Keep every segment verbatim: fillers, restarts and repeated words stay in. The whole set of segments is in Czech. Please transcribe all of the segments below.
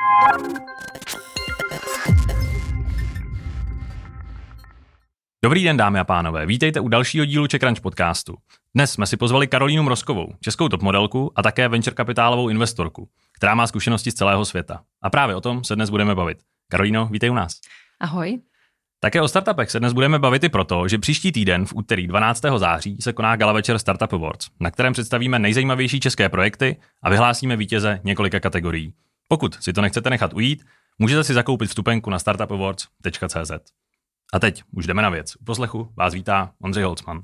Dobrý den, dámy a pánové, vítejte u dalšího dílu CzechCrunch podcastu. Dnes jsme si pozvali Karolínu Mrozkovou, českou topmodelku a také venture kapitálovou investorku, která má zkušenosti z celého světa. A právě o tom se dnes budeme bavit. Karolíno, vítej u nás. Ahoj. Také o startupech se dnes budeme bavit i proto, že příští týden v úterý dvanáctého září se koná gala večer Startup Awards, na kterém představíme nejzajímavější české projekty a vyhlásíme vítěze několika kategorií. Pokud si to nechcete nechat ujít, můžete si zakoupit vstupenku na startup awards tečka cé zet. A teď už jdeme na věc. U poslechu vás vítá Ondřej Holcman.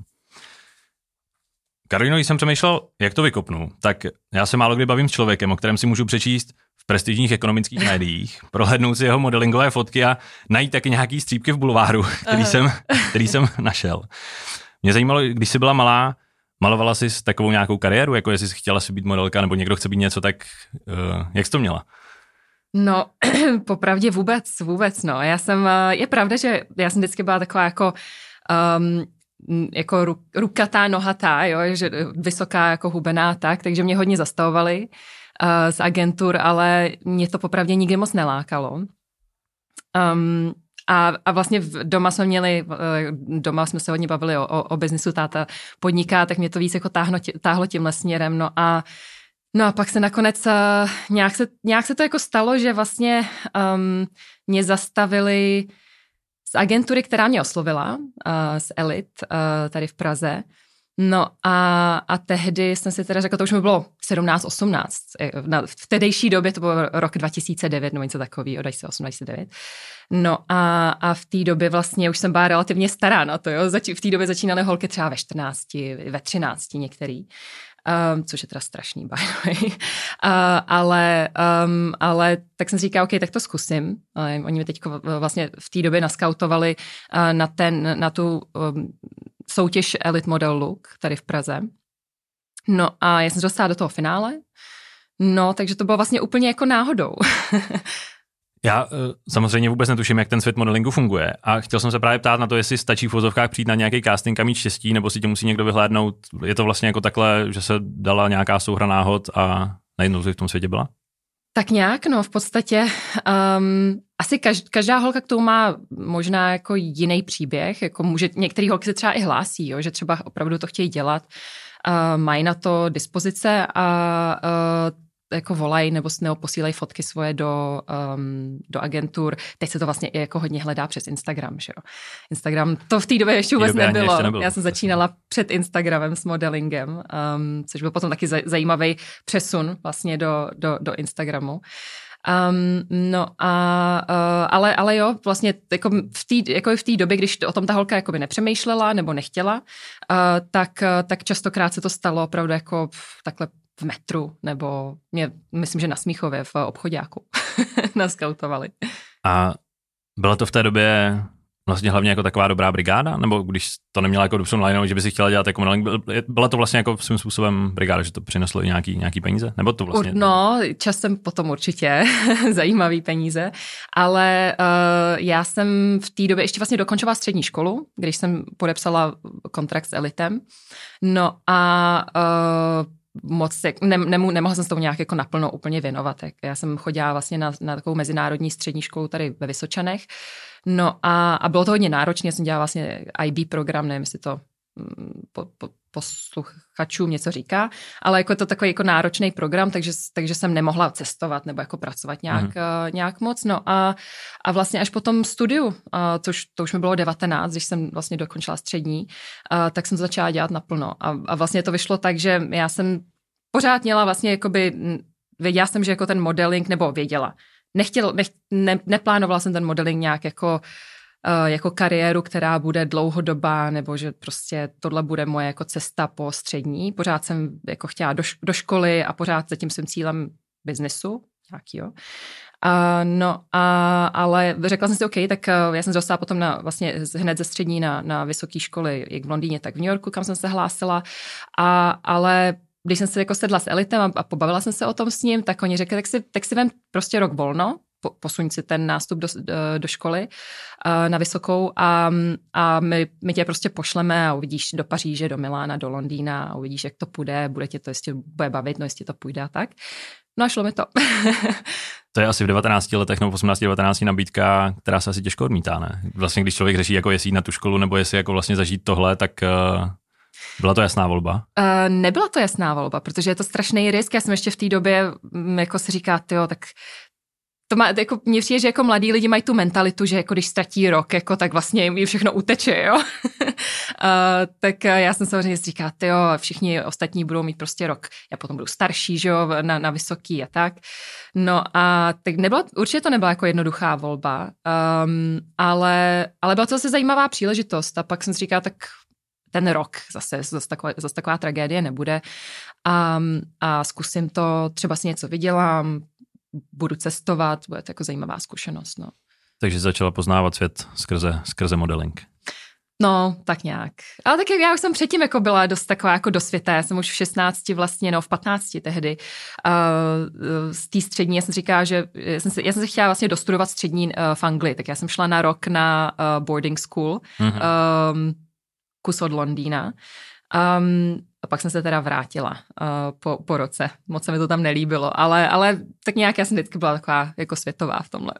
Karolino, když jsem přemýšlel, jak to vykopnu, tak já se málo kdy bavím s člověkem, o kterém si můžu přečíst v prestižních ekonomických médiích, prohlédnout si jeho modelingové fotky a najít taky nějaký střípky v bulváru, který, jsem, který jsem našel. Mě zajímalo, když jsi byla malá, malovala jsi takovou nějakou kariéru, jako jestli jsi chtěla si být modelka, nebo někdo chce být něco, tak uh, jak jsi to měla? No, popravdě vůbec, vůbec, no. Já jsem, je pravda, že já jsem vždycky byla taková jako, um, jako ru, rukatá, nohatá, jo, že vysoká, jako hubená, tak, takže mě hodně zastavovali uh, z agentur, ale mě to popravdě nikdy moc nelákalo. Um, a, a vlastně doma jsme měli, doma jsme se hodně bavili o, o, o biznisu, táta podniká, tak mě to víc jako táhlo, táhlo tímhle směrem, no a No a pak se nakonec uh, nějak, se, nějak se to jako stalo, že vlastně um, mě zastavili z agentury, která mě oslovila, uh, z Elit, uh, tady v Praze. No a, a tehdy jsem si teda řekla, to už mi bylo sedmnáct osmnáct. Na, v tedejší době to bylo rok dva tisíce devět, nebo něco takového, dva tisíce osm dva tisíce devět. No a, a v té době vlastně už jsem byla relativně stará na to, jo. Zač- v té době začínaly holky třeba ve čtrnácti, ve třinácti některý. Um, což je teda strašný, by the way. Uh, ale, um, ale tak jsem si říkala, OK, tak to zkusím. Uh, oni mi teď vlastně v té době naskautovali uh, na, ten, na tu um, soutěž Elite Model Look tady v Praze. No a já jsem se dostala do toho finále. No, takže to bylo vlastně úplně jako náhodou. Já samozřejmě vůbec netuším, jak ten svět modelingu funguje a chtěl jsem se právě ptát na to, jestli stačí v vozovkách přijít na nějaký casting a mít štěstí, nebo si tě musí někdo vyhlédnout. Je to vlastně jako takhle, že se dala nějaká souhra náhod a najednou jsi v tom světě byla? Tak nějak, no v podstatě um, asi každá, každá holka k tomu má možná jako jiný příběh, jako může, některý holky se třeba i hlásí, jo, že třeba opravdu to chtějí dělat, uh, mají na to dispozice a uh, jako volají nebo, nebo posílají fotky svoje do, um, do agentur. Teď se to vlastně i jako hodně hledá přes Instagram, že jo. Instagram, to v té době ještě vůbec nebylo. Ještě nebylo. Já jsem začínala před Instagramem s modelingem, um, což byl potom taky zajímavý přesun vlastně do, do, do Instagramu. Um, no a, uh, ale, ale jo, vlastně jako v té jako v té době, když o tom ta holka jakoby nepřemýšlela nebo nechtěla, uh, tak, uh, tak častokrát se to stalo opravdu jako takhle v metru, nebo mě, myslím, že na Smíchově v obchoďáku naskautovali. A byla to v té době vlastně hlavně jako taková dobrá brigáda? Nebo když to neměla jako dopředu nalénou, že by si chtěla dělat jako modeling, byla to vlastně jako svým způsobem brigáda, že to přineslo i nějaký, nějaký peníze? Nebo to vlastně? No, časem potom určitě zajímavý peníze, ale uh, já jsem v té době ještě vlastně dokončovala střední školu, když jsem podepsala kontrakt s Elitem. No a uh, moc, ne, ne, nemohla jsem s tomu nějak jako naplno úplně věnovat. Já jsem chodila vlastně na, na takovou mezinárodní střední školu tady ve Vysočanech. No a, a bylo to hodně náročné, já jsem dělala vlastně I B program, nevím, jestli to po, po, posluchačům něco říká, ale jako to takový jako náročný program, takže, takže jsem nemohla cestovat nebo jako pracovat nějak, mm-hmm. uh, nějak moc. No a, a vlastně až po tom studiu, uh, což to už mi bylo devatenáct, když jsem vlastně dokončila střední, uh, tak jsem to začala dělat naplno. A, a vlastně to vyšlo tak, že já jsem pořád měla vlastně jakoby, věděla jsem, že jako ten modeling, nebo věděla, nechtěl, nech, ne, neplánovala jsem ten modeling nějak jako jako kariéru, která bude dlouhodobá, nebo že prostě tohle bude moje jako cesta po střední. Pořád jsem jako chtěla do, do školy a pořád za tím svým cílem biznesu nějakýho. Uh, no, a, ale řekla jsem si, OK, tak uh, já jsem se dostala potom na, vlastně hned ze střední na, na vysoké školy, jak v Londýně, tak v New Yorku, kam jsem se hlásila. A, ale když jsem se jako sedla s Elitem a, a pobavila jsem se o tom s ním, tak oni řekli, tak si, tak si vem prostě rok volno, posuň si ten nástup do, do, do školy uh, na vysokou a, a my, my tě prostě pošleme a uvidíš do Paříže, do Milána, do Londýna a uvidíš, jak to půjde, bude tě to, jestli bude bavit, no jestli to půjde a tak. No a šlo mi to. To je asi v devatenácti letech nebo v osmnácti devatenácti nabídka, která se asi těžko odmítá, ne? Vlastně když člověk řeší, jako jestli jít na tu školu nebo jestli jako vlastně zažít tohle, tak uh, byla to jasná volba? Uh, nebyla to jasná volba, protože je to strašný risk. Já jsem ještě v té době, jako si říká, tyjo, tak to má, jako, mně přijde, že jako mladí lidi mají tu mentalitu, že jako když ztratí rok, jako, tak vlastně jim všechno uteče, jo. uh, tak já jsem samozřejmě si říká, tyjo, všichni ostatní budou mít prostě rok. Já potom budu starší, že jo, na, na vysoký a tak. No a tak nebyla, určitě to nebyla jako jednoduchá volba, um, ale, ale byla to zase zajímavá příležitost a pak jsem si říká, tak ten rok zase, zase, taková, zase taková tragédie nebude a, a zkusím to, třeba si něco vydělám, budu cestovat, bude to jako zajímavá zkušenost. No. Takže začala poznávat svět skrze, skrze modeling. No, tak nějak. Ale tak já už jsem předtím jako byla dost taková jako dosvětá. Já jsem už v šestnácti vlastně, no v patnácti tehdy. Uh, z té střední, já jsem říkala, že já jsem, se, já jsem se chtěla vlastně dostudovat střední uh, v Anglii, tak já jsem šla na rok na uh, boarding school, mm-hmm. um, kus od Londýna. Um, a pak jsem se teda vrátila uh, po, po roce. Moc se mi to tam nelíbilo, ale, ale tak nějak já jsem vždycky byla taková jako světová v tomhle.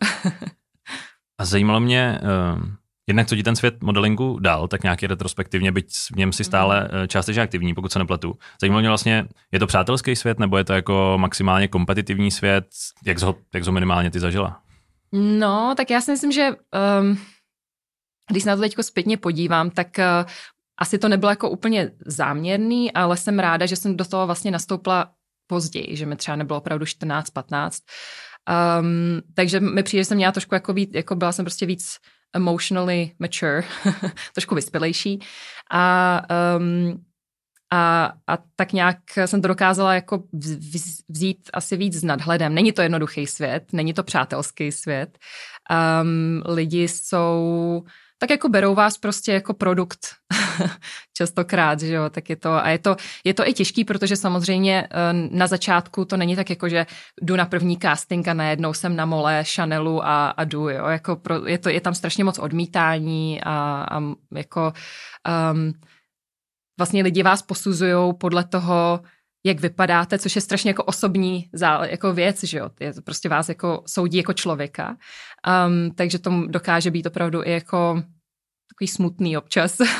A zajímalo mě, uh, jednak co ti ten svět modelingu dal, tak nějaký retrospektivně, byť v něm si stále uh, částečně aktivní, pokud se nepletu. Zajímalo mě vlastně, je to přátelský svět, nebo je to jako maximálně kompetitivní svět? Jak jsi ho, jak jsi ho minimálně ty zažila? No, tak já si myslím, že um, když se na to teďko zpětně podívám, tak uh, asi to nebylo jako úplně záměrný, ale jsem ráda, že jsem do toho vlastně nastoupila později, že mi třeba nebylo opravdu čtrnáct patnáct. Um, takže mi přijde, že jsem měla trošku jako, víc, jako byla jsem prostě víc emotionally mature, trošku vyspělejší a, um, a, a tak nějak jsem to dokázala jako vzít asi víc s nadhledem. Není to jednoduchý svět, není to přátelský svět. Um, lidi jsou... tak jako berou vás prostě jako produkt častokrát, že jo, tak je to, a je to, je to i těžký, protože samozřejmě na začátku to není tak jako, že jdu na první casting a najednou jsem na mole Chanelu a, a jdu, jo, jako pro, je, to, je tam strašně moc odmítání a, a jako um, vlastně lidi vás posuzujou podle toho, jak vypadáte, což je strašně jako osobní zá, jako věc, že jo, je to prostě vás jako soudí jako člověka, um, takže to dokáže být opravdu i jako takový smutný občas, uh,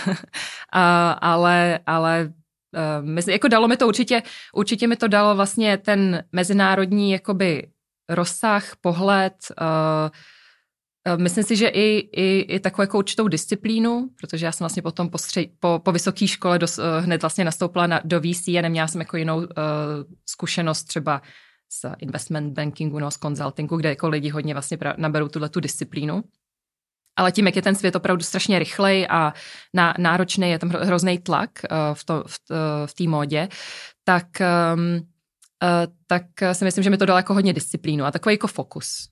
ale, ale uh, mezi, jako dalo mi to určitě, určitě mi to dalo vlastně ten mezinárodní jakoby rozsah, pohled, uh, myslím si, že i, i, i takovou jako určitou disciplínu, protože já jsem vlastně potom po, střed, po, po vysoké škole dos, hned vlastně nastoupila na, do V C a neměla jsem jako jinou uh, zkušenost třeba z investment bankingu, no, z consultingu, kde jako lidi hodně vlastně pra, naberou tuhletu disciplínu. Ale tím, jak je ten svět opravdu strašně rychlej a ná, náročný, je tam hrozný tlak uh, v, to, v, uh, v té módě, tak, um, uh, tak si myslím, že mi to dalo jako hodně disciplínu a takový jako fokus.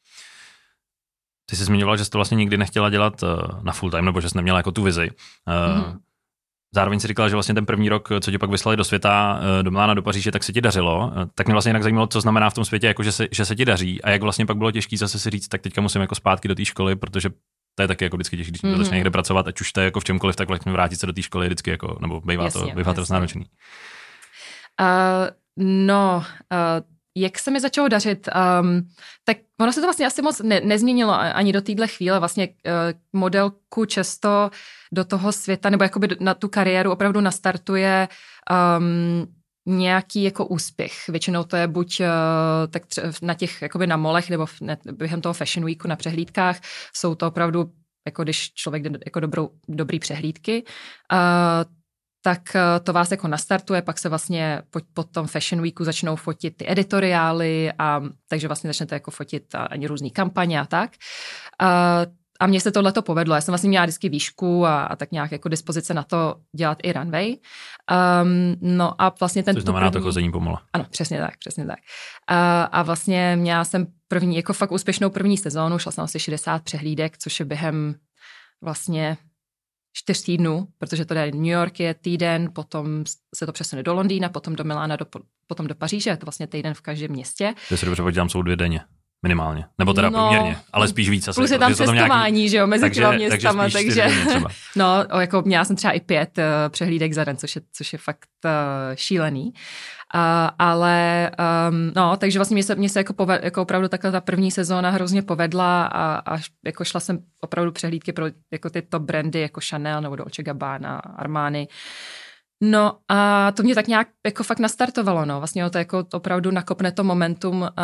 Ty jsi zmiňovala, že jsi to vlastně nikdy nechtěla dělat na full time, nebo že jsi neměla jako tu vizi. Mm-hmm. Zároveň si říkala, že vlastně ten první rok, co tě pak vyslali do světa, do Milána, do Paříže, tak se ti dařilo. Tak mě vlastně jinak zajímalo, co znamená v tom světě, jako že, se, že se ti daří a jak vlastně pak bylo těžké zase si říct, tak teďka musím jako zpátky do té školy, protože to je taky jako vždycky těžké, když mm-hmm. začne někde pracovat, ať už to je jako v čemkoliv, tak vlastně vrátit se do té školy je vždycky jako, nebo bývá jasně, to, bývá to náročný. Uh, no, uh... Jak se mi začalo dařit, um, tak ono se to vlastně asi moc ne, nezměnilo ani do téhle chvíle. Vlastně uh, modelku často do toho světa, nebo jakoby na tu kariéru opravdu nastartuje um, nějaký jako úspěch. Většinou to je buď uh, tak tře- na těch, jakoby na molech, nebo v, ne, během toho Fashion Weeku na přehlídkách. Jsou to opravdu, jako když člověk jde jako dobrou, dobrý přehlídky, uh, tak to vás jako nastartuje, pak se vlastně po, po tom Fashion Weeku začnou fotit ty editoriály a takže vlastně začnete jako fotit ani různý kampaně a tak. A, a mně se tohleto povedlo. Já jsem vlastně měla vždycky výšku a, a tak nějak jako dispozice na to dělat i runway. Um, no a vlastně ten... Což znamená první... to chození pomalu. Ano, přesně tak, přesně tak. A, a vlastně měla jsem první, jako fakt úspěšnou první sezónu, šla jsem asi šedesát přehlídek, což je během vlastně čtyř týdnů, protože to je New York je týden, potom se to přesune do Londýna, potom do Milána, do, potom do Paříže, je to vlastně týden v každém městě. To si dobře počítám, jsou dvě denně, minimálně, nebo teda no, průměrně, ale spíš víc asi. Plus je tam cestování, nějaký... že jo, mezi těma městama, takže, takže no, jako měla jsem třeba i pět uh, přehlídek za den, což je, což je fakt uh, šílený. ale um, no, takže vlastně mě se, mě se jako, poved, jako opravdu takhle ta první sezóna hrozně povedla a, a jako šla jsem opravdu přehlídky pro jako ty top brandy jako Chanel nebo Dolce Gabbana, Armani. No a to mě tak nějak jako fakt nastartovalo, no. Vlastně to jako opravdu nakopne to momentum uh,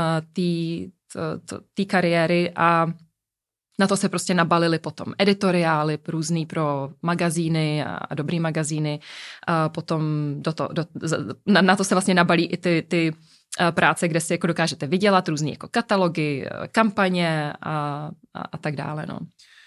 té kariéry a na to se prostě nabalily potom editoriály různý pro magazíny a, a dobrý magazíny. A potom do to, do, na, na to se vlastně nabalí i ty, ty práce, kde si jako dokážete vydělat, různý jako katalogy, kampaně a, a, a tak dále, no.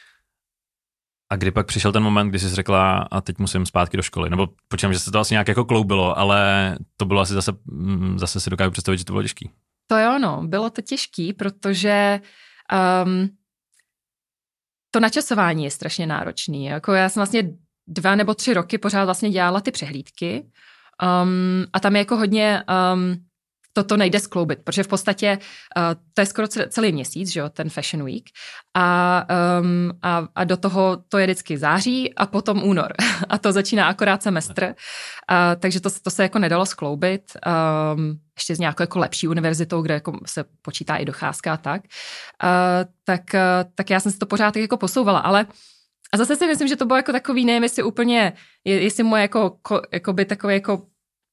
A kdy pak přišel ten moment, kdy jsi řekla, a teď musím zpátky do školy? Nebo počítám, že se to asi nějak jako kloubilo, ale to bylo asi zase, zase si dokážu představit, že to bylo těžký. To jo, no, bylo to těžký, protože um, to načasování je strašně náročný. Jako já jsem vlastně dva nebo tři roky pořád vlastně dělala ty přehlídky um, a tam je jako hodně... Um, Toto nejde skloubit, protože v podstatě uh, to je skoro celý měsíc, že jo, ten Fashion Week a, um, a, a do toho to je vždycky září a potom únor a to začíná akorát semestr, uh, takže to, to se jako nedalo skloubit, um, ještě s nějakou jako lepší univerzitou, kde jako se počítá i docházka a tak, uh, tak, uh, tak já jsem si to pořád jako posouvala, ale a zase si myslím, že to bylo jako takový, nevím, jestli úplně, jestli moje jako, jako by takový jako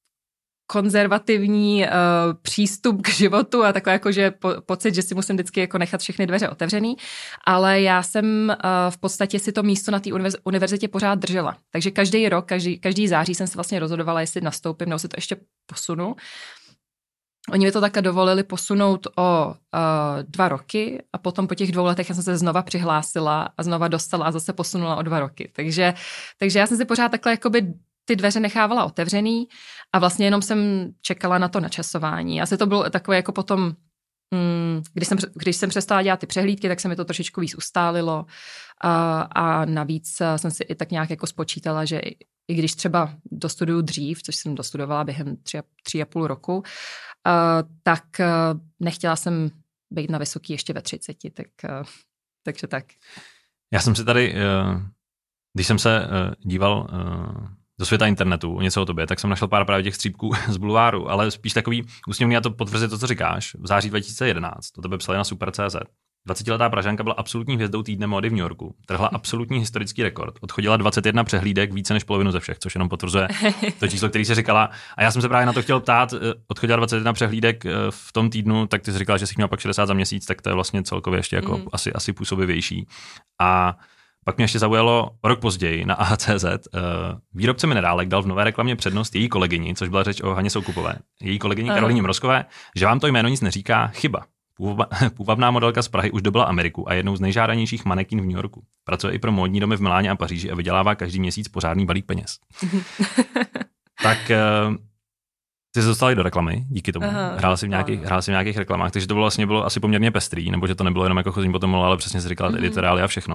konzervativní uh, přístup k životu a takový jako, že po, pocit, že si musím vždycky jako nechat všechny dveře otevřený, ale já jsem uh, v podstatě si to místo na té univerz, univerzitě pořád držela. Takže každý rok, každý, každý září jsem se vlastně rozhodovala, jestli nastoupím, nebo si to ještě posunu. Oni mi to takhle dovolili posunout o uh, dva roky a potom po těch dvou letech já jsem se znova přihlásila a znova dostala a zase posunula o dva roky. Takže, takže já jsem si pořád takhle jakoby ty dveře nechávala otevřený a vlastně jenom jsem čekala na to načasování. Asi to bylo takové jako potom, mm, když, jsem, když jsem přestala dělat ty přehlídky, tak se mi to trošičku víc ustálilo a, a navíc jsem si i tak nějak jako spočítala, že i, i když třeba dostuduju dřív, což jsem dostudovala během tři, tři a půl roku, uh, tak uh, nechtěla jsem být na vysoký ještě ve třiceti, tak, uh, takže tak. Já jsem si tady, uh, když jsem se uh, díval uh, do světa internetu, o něco o tobě, tak jsem našel pár právě těch střípků z bulváru, ale spíš takový úsměvný, a to potvrzuje to, co říkáš. V září dva tisíce jedenáct, to tebe psali na Super tečka cé zet. dvacetiletá Pražanka byla absolutní hvězdou týdne módy v New Yorku. Trhla absolutní historický rekord. Odchodila dvacet jedna přehlídek, více než polovinu ze všech, což jenom potvrzuje to číslo, který si říkala. A já jsem se právě na to chtěl ptát, odchodila dvacet jedna přehlídek v tom týdnu, tak ty jsi říkala, že jsi měl pak šedesát za měsíc, tak to je vlastně celkově ještě jako mm. asi, asi působivější. A pak mě ještě zaujalo rok později na A H tečka cé zet. Výrobce minerálek dal v nové reklamě přednost její kolegyni, což byla řeč o Haně Soukupové, její kolegyni Karolíně Mrozkové, že vám to jméno nic neříká, chyba. Půvabná modelka z Prahy už dobyla Ameriku a jednou z nejžádanějších manekin v New Yorku. Pracuje i pro módní domy v Miláně a Paříži a vydělává každý měsíc pořádný balík peněz. Tak ty jsi dostala do reklamy díky tomu. Hrála si v nějakých, hrála si v nějakých reklamách, takže to bylo vlastně bylo asi poměrně pestrý, nebo že to nebylo jenom jako chozím potom, ale přesně si říkala editoriály a všechno.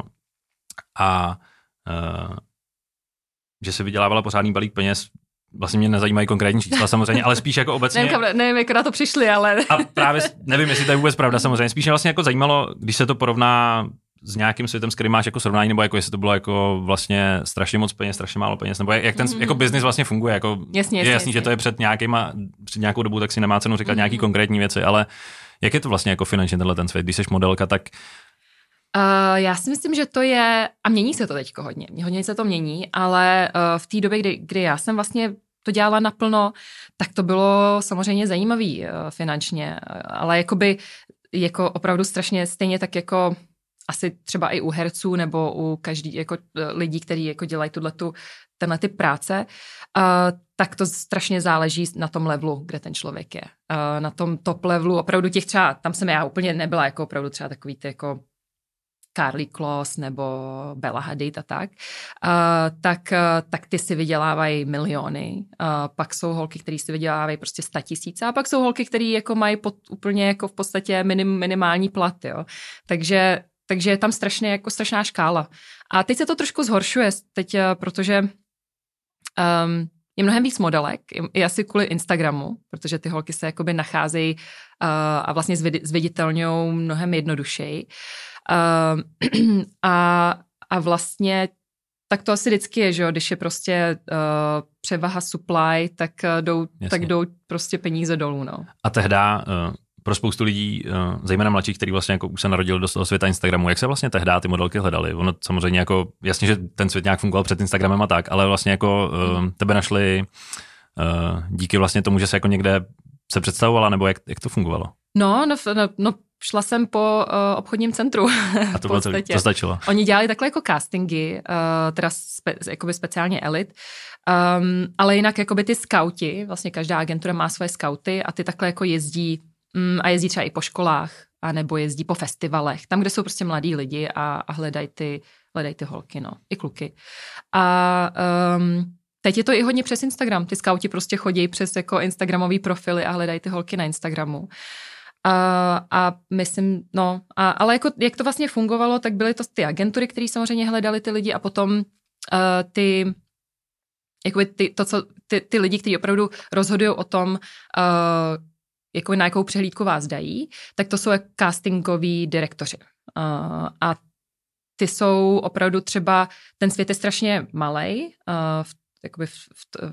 A uh, že si vydělávala pořádný balík peněz, vlastně mě nezajímají konkrétní čísla samozřejmě, ale spíš jako obecně. Nevím, kam, nevím, jak na to přišli, ale... A právě nevím, jestli to je vůbec pravda samozřejmě. Spíš mě vlastně jako zajímalo, když se to porovná s nějakým světem, s kterým máš jako srovnání, nebo jako jestli to bylo jako vlastně strašně moc peněz, strašně málo peněz, nebo jak ten mm-hmm. jako biznis vlastně funguje. Jako jasně, je jasný, jasně. že to je před nějakýma, před nějakou dobou, tak si nemá cenu říkat mm-hmm. nějaký konkrétní věci, ale jak je to vlastně jako finančně tenhle ten svět, když jsi modelka, tak Uh, já si myslím, že to je, a mění se to teďko hodně, hodně se to mění, ale uh, v té době, kdy, kdy já jsem vlastně to dělala naplno, tak to bylo samozřejmě zajímavý uh, finančně, ale jakoby jako opravdu strašně stejně tak jako asi třeba i u herců nebo u každý jako lidí, kteří jako dělají tuhletu, tenhle typ práce, uh, tak to strašně záleží na tom levelu, kde ten člověk je. Uh, na tom top levelu, opravdu těch třeba, tam jsem já úplně nebyla jako opravdu třeba takový ty jako Karlie Kloss nebo Bella Hadid a tak, uh, tak, uh, tak ty si vydělávají miliony. Uh, pak jsou holky, které si vydělávají prostě sta tisíce a pak jsou holky, které jako mají pod, úplně jako v podstatě minim, minimální plat, jo. Takže, takže je tam strašně, jako strašná škála. A teď se to trošku zhoršuje, teď, uh, protože um, je mnohem víc modelek, i asi kvůli Instagramu, protože ty holky se jakoby nacházejí uh, a vlastně zviditelňují mnohem jednodušeji. Uh, a, a vlastně tak to asi vždycky je, že jo, když je prostě uh, převaha supply, tak, uh, jdou, tak jdou prostě peníze dolů, no. A tehda uh, pro spoustu lidí, uh, zejména mladších, který vlastně jako už se narodili do toho světa Instagramu, jak se vlastně tehda ty modelky hledali? Ono samozřejmě jako, jasně, že ten svět nějak fungoval před Instagramem a tak, ale vlastně jako uh, tebe našli uh, díky vlastně tomu, že se jako někde se představovala, nebo jak, jak to fungovalo? No, no, no, no šla jsem po uh, obchodním centru. A to bylo to, to stačilo. Oni dělali takhle jako castingy, uh, teda spe, jakoby speciálně elit, um, ale jinak jakoby ty skauti, vlastně každá agentura má svoje skauty a ty takhle jako jezdí um, a jezdí třeba i po školách, a nebo jezdí po festivalech, tam, kde jsou prostě mladí lidi a, a hledají ty, hledají ty holky, no, i kluky. A um, teď je to i hodně přes Instagram. Ty skauti prostě chodí přes jako instagramový profily a hledají ty holky na Instagramu. A, a myslím, no, a, ale jako, jak to vlastně fungovalo, tak byly to ty agentury, které samozřejmě hledaly ty lidi a potom uh, ty, jakoby ty, to, co, ty, ty lidi, kteří opravdu rozhodují o tom, uh, jakoby na jakou přehlídku vás dají, tak to jsou jako castingoví direktoři. Uh, a ty jsou opravdu třeba, ten svět je strašně malej, uh, v, jakoby v, v,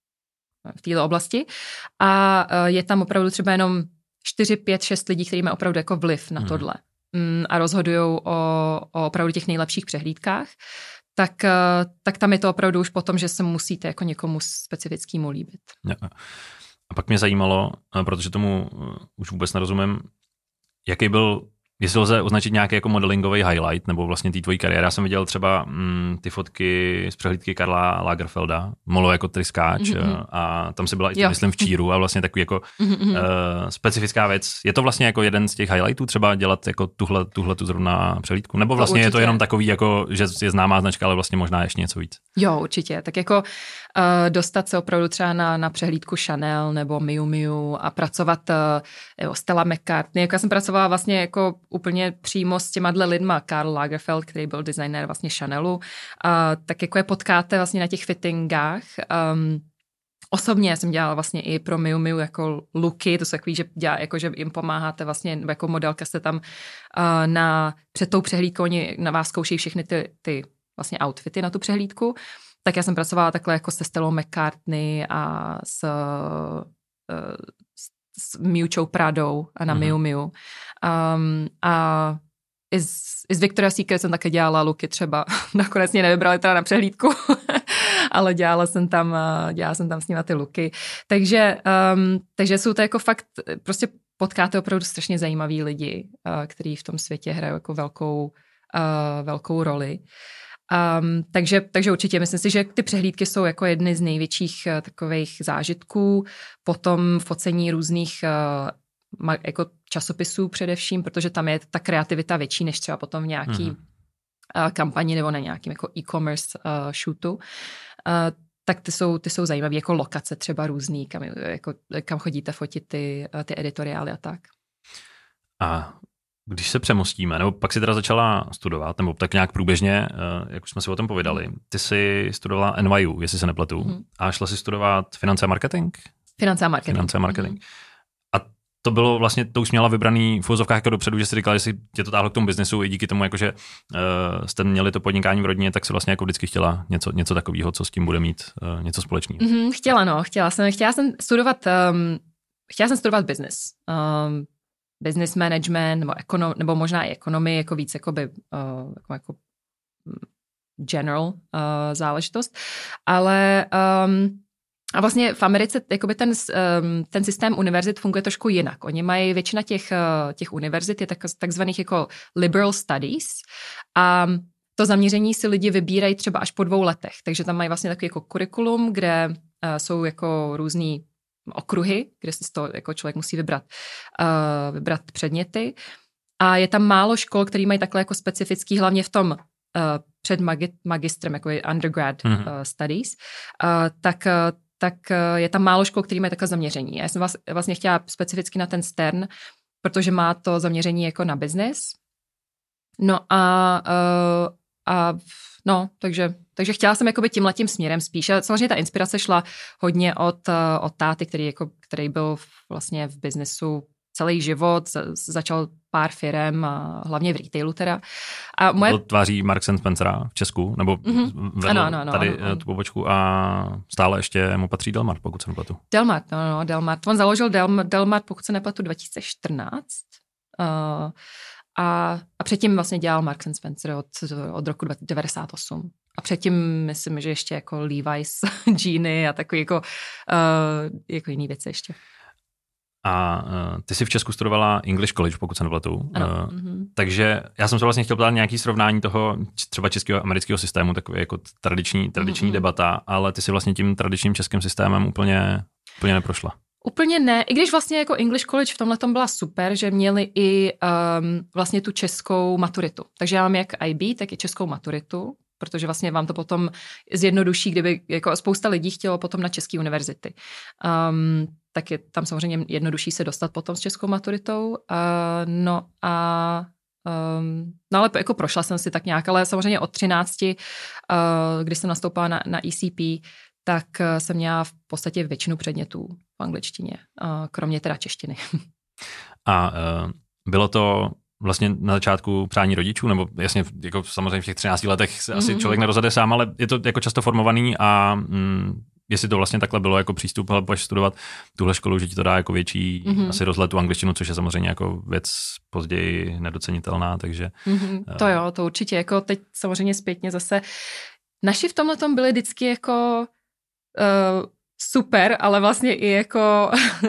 v této oblasti a uh, je tam opravdu třeba jenom čtyři, pět, šest lidí, kteří mají opravdu jako vliv na tohle mm, a rozhodují o, o opravdu těch nejlepších přehlídkách, tak, tak tam je to opravdu už potom, že se musíte jako někomu specifickému líbit. Ja. A pak mě zajímalo, protože tomu už vůbec nerozumím, jaký byl, jestli lze označit nějaký jako modelingový highlight, nebo vlastně té tvojí kariéry. Já jsem viděl třeba mm, ty fotky z přehlídky Karla Lagerfelda, molo jako tryskáč mm-hmm. a tam si byla i ty, myslím, v číru a vlastně takový jako mm-hmm. uh, specifická věc. Je to vlastně jako jeden z těch highlightů třeba dělat jako tuhle, tuhle tu zrovna přehlídku? Nebo vlastně no, je to jenom takový jako, že je známá značka, ale vlastně možná ještě něco víc? Jo, určitě. Tak jako uh, dostat se opravdu třeba na, na přehlídku Chanel nebo Miu Miu a pracovat uh, Stella McCartney. Jako já jsem pracovala vlastně jako úplně přímo s těma dle lidma. Karl Lagerfeld, který byl designér vlastně Chanelu, uh, tak jako je potkáte vlastně na těch fittingách. Um, osobně jsem dělala vlastně i pro Miu Miu jako looky, to jsou takový, že, dělá, jako, že jim pomáháte vlastně, jako modelka jste tam uh, na, před tou přehlídkou, oni na vás zkoušejí všechny ty, ty vlastně outfity na tu přehlídku. Tak já jsem pracovala takhle jako se Stellou McCartney a s, uh, s, s Miučou Pradou a na mm-hmm. Miu Miu. Um, a i z, i z Victoria's Secret jsem také dělala looky třeba. Nakonec mě nevybrali teda na přehlídku, ale dělala jsem tam, dělala jsem tam s nimi ty looky. Takže, um, takže jsou to jako fakt, prostě potkáte opravdu strašně zajímavý lidi, uh, kteří v tom světě hrají jako velkou, uh, velkou roli. Um, takže, takže určitě myslím si, že ty přehlídky jsou jako jedny z největších uh, takových zážitků, potom focení různých uh, ma, jako časopisů především, protože tam je ta kreativita větší než třeba potom v nějaký mm. uh, kampani nebo na nějakým jako e-commerce uh, shootu. Uh, tak ty jsou, ty jsou zajímavé, jako lokace třeba různý, kam, jako, kam chodíte fotit ty, uh, ty editoriály a tak. A když se přemostíme, nebo pak si teda začala studovat, nebo tak nějak průběžně, jak už jsme si o tom povídali, ty jsi studovala N Y U, jestli se nepletu, mm. a šla si studovat finance a marketing? Finance a marketing. Finance a marketing. Mm. A to bylo vlastně, to už měla vybraný v uvozovkách jako dopředu, že jsi říkala, že si tě to táhlo k tomu biznesu i díky tomu, jakože uh, jste měli to podnikání v rodině, tak si vlastně jako vždycky chtěla něco, něco takového, co s tím bude mít uh, něco společného. Mm, chtěla, no, chtěla jsem, chtěla jsem studovat, um, chtěla jsem studovat business. Um, business management, nebo, ekono, nebo možná i ekonomii, jako víc jakoby, uh, jako, jako general uh, záležitost. Ale um, a vlastně v Americe jakoby ten, um, ten systém univerzit funguje trošku jinak. Oni mají, většina těch, uh, těch univerzit je tak, takzvaných jako liberal studies a to zaměření si lidi vybírají třeba až po dvou letech. Takže tam mají vlastně takový jako kurikulum, kde uh, jsou jako různý okruhy, kde si z toho jako člověk musí vybrat, uh, vybrat předměty. A je tam málo škol, které mají takhle jako specifický, hlavně v tom uh, před magi- magistrem, jako je undergrad mm-hmm. uh, studies, uh, tak, uh, tak uh, je tam málo škol, které mají takhle zaměření. Já jsem vás, vlastně chtěla specificky na ten Stern, protože má to zaměření jako na business. No a, uh, a no, takže Takže chtěla jsem jakoby tímhletím směrem spíš. A samozřejmě ta inspirace šla hodně od, od táty, který, jako, který byl vlastně v biznesu celý život, začal pár firem, a hlavně v retailu teda. A moje... To tváří Marks and Spencera v Česku, nebo mm-hmm. vedl ano, ano, ano, tady ano, ano. tu pobočku a stále ještě mu patří Delmart, pokud se nepletu. Delmart, no, no, Delmart. On založil Del, Delmart, pokud se nepletu, dva tisíce čtrnáct. Uh, a, a předtím vlastně dělal Marks and Spencer od, od roku devadesát osm. A předtím myslím, že ještě jako Levi's, džíny a takový jako, uh, jako jiný věci ještě. A uh, ty jsi v Česku studovala English College, pokud se nepletu. Ano. Uh, mm-hmm. Takže já jsem se vlastně chtěl ptát nějaký srovnání toho třeba českého a amerického systému, takový jako tradiční, tradiční mm-hmm. debata, ale ty si vlastně tím tradičním českým systémem úplně, úplně neprošla. Úplně ne, i když vlastně jako English College v tomhle tom byla super, že měli i um, vlastně tu českou maturitu. Takže já mám jak I B, tak i českou maturitu, protože vlastně vám to potom zjednoduší, kdyby jako spousta lidí chtělo potom na české univerzity. Um, tak je tam samozřejmě jednodušší se dostat potom s českou maturitou. Uh, no a um, no ale jako prošla jsem si tak nějak, ale samozřejmě od třinácti, uh, když jsem nastoupila na, na E C P, tak jsem měla v podstatě většinu předmětů v angličtině, kromě teda češtiny. A uh, bylo to vlastně na začátku přání rodičů, nebo jasně jako samozřejmě v těch třinácti letech se asi mm-hmm. člověk nerozhodne sám, ale je to jako často formovaný a mm, jestli to vlastně takhle bylo jako přístup, ale budeš studovat tuhle školu, že ti to dá jako větší mm-hmm. asi rozhled tu angličtinu, což je samozřejmě jako věc později nedocenitelná, takže... Mm-hmm. Uh, to jo, to určitě, jako teď samozřejmě zpětně zase naši v tomhletom byli vždycky jako Uh, super, ale vlastně i jako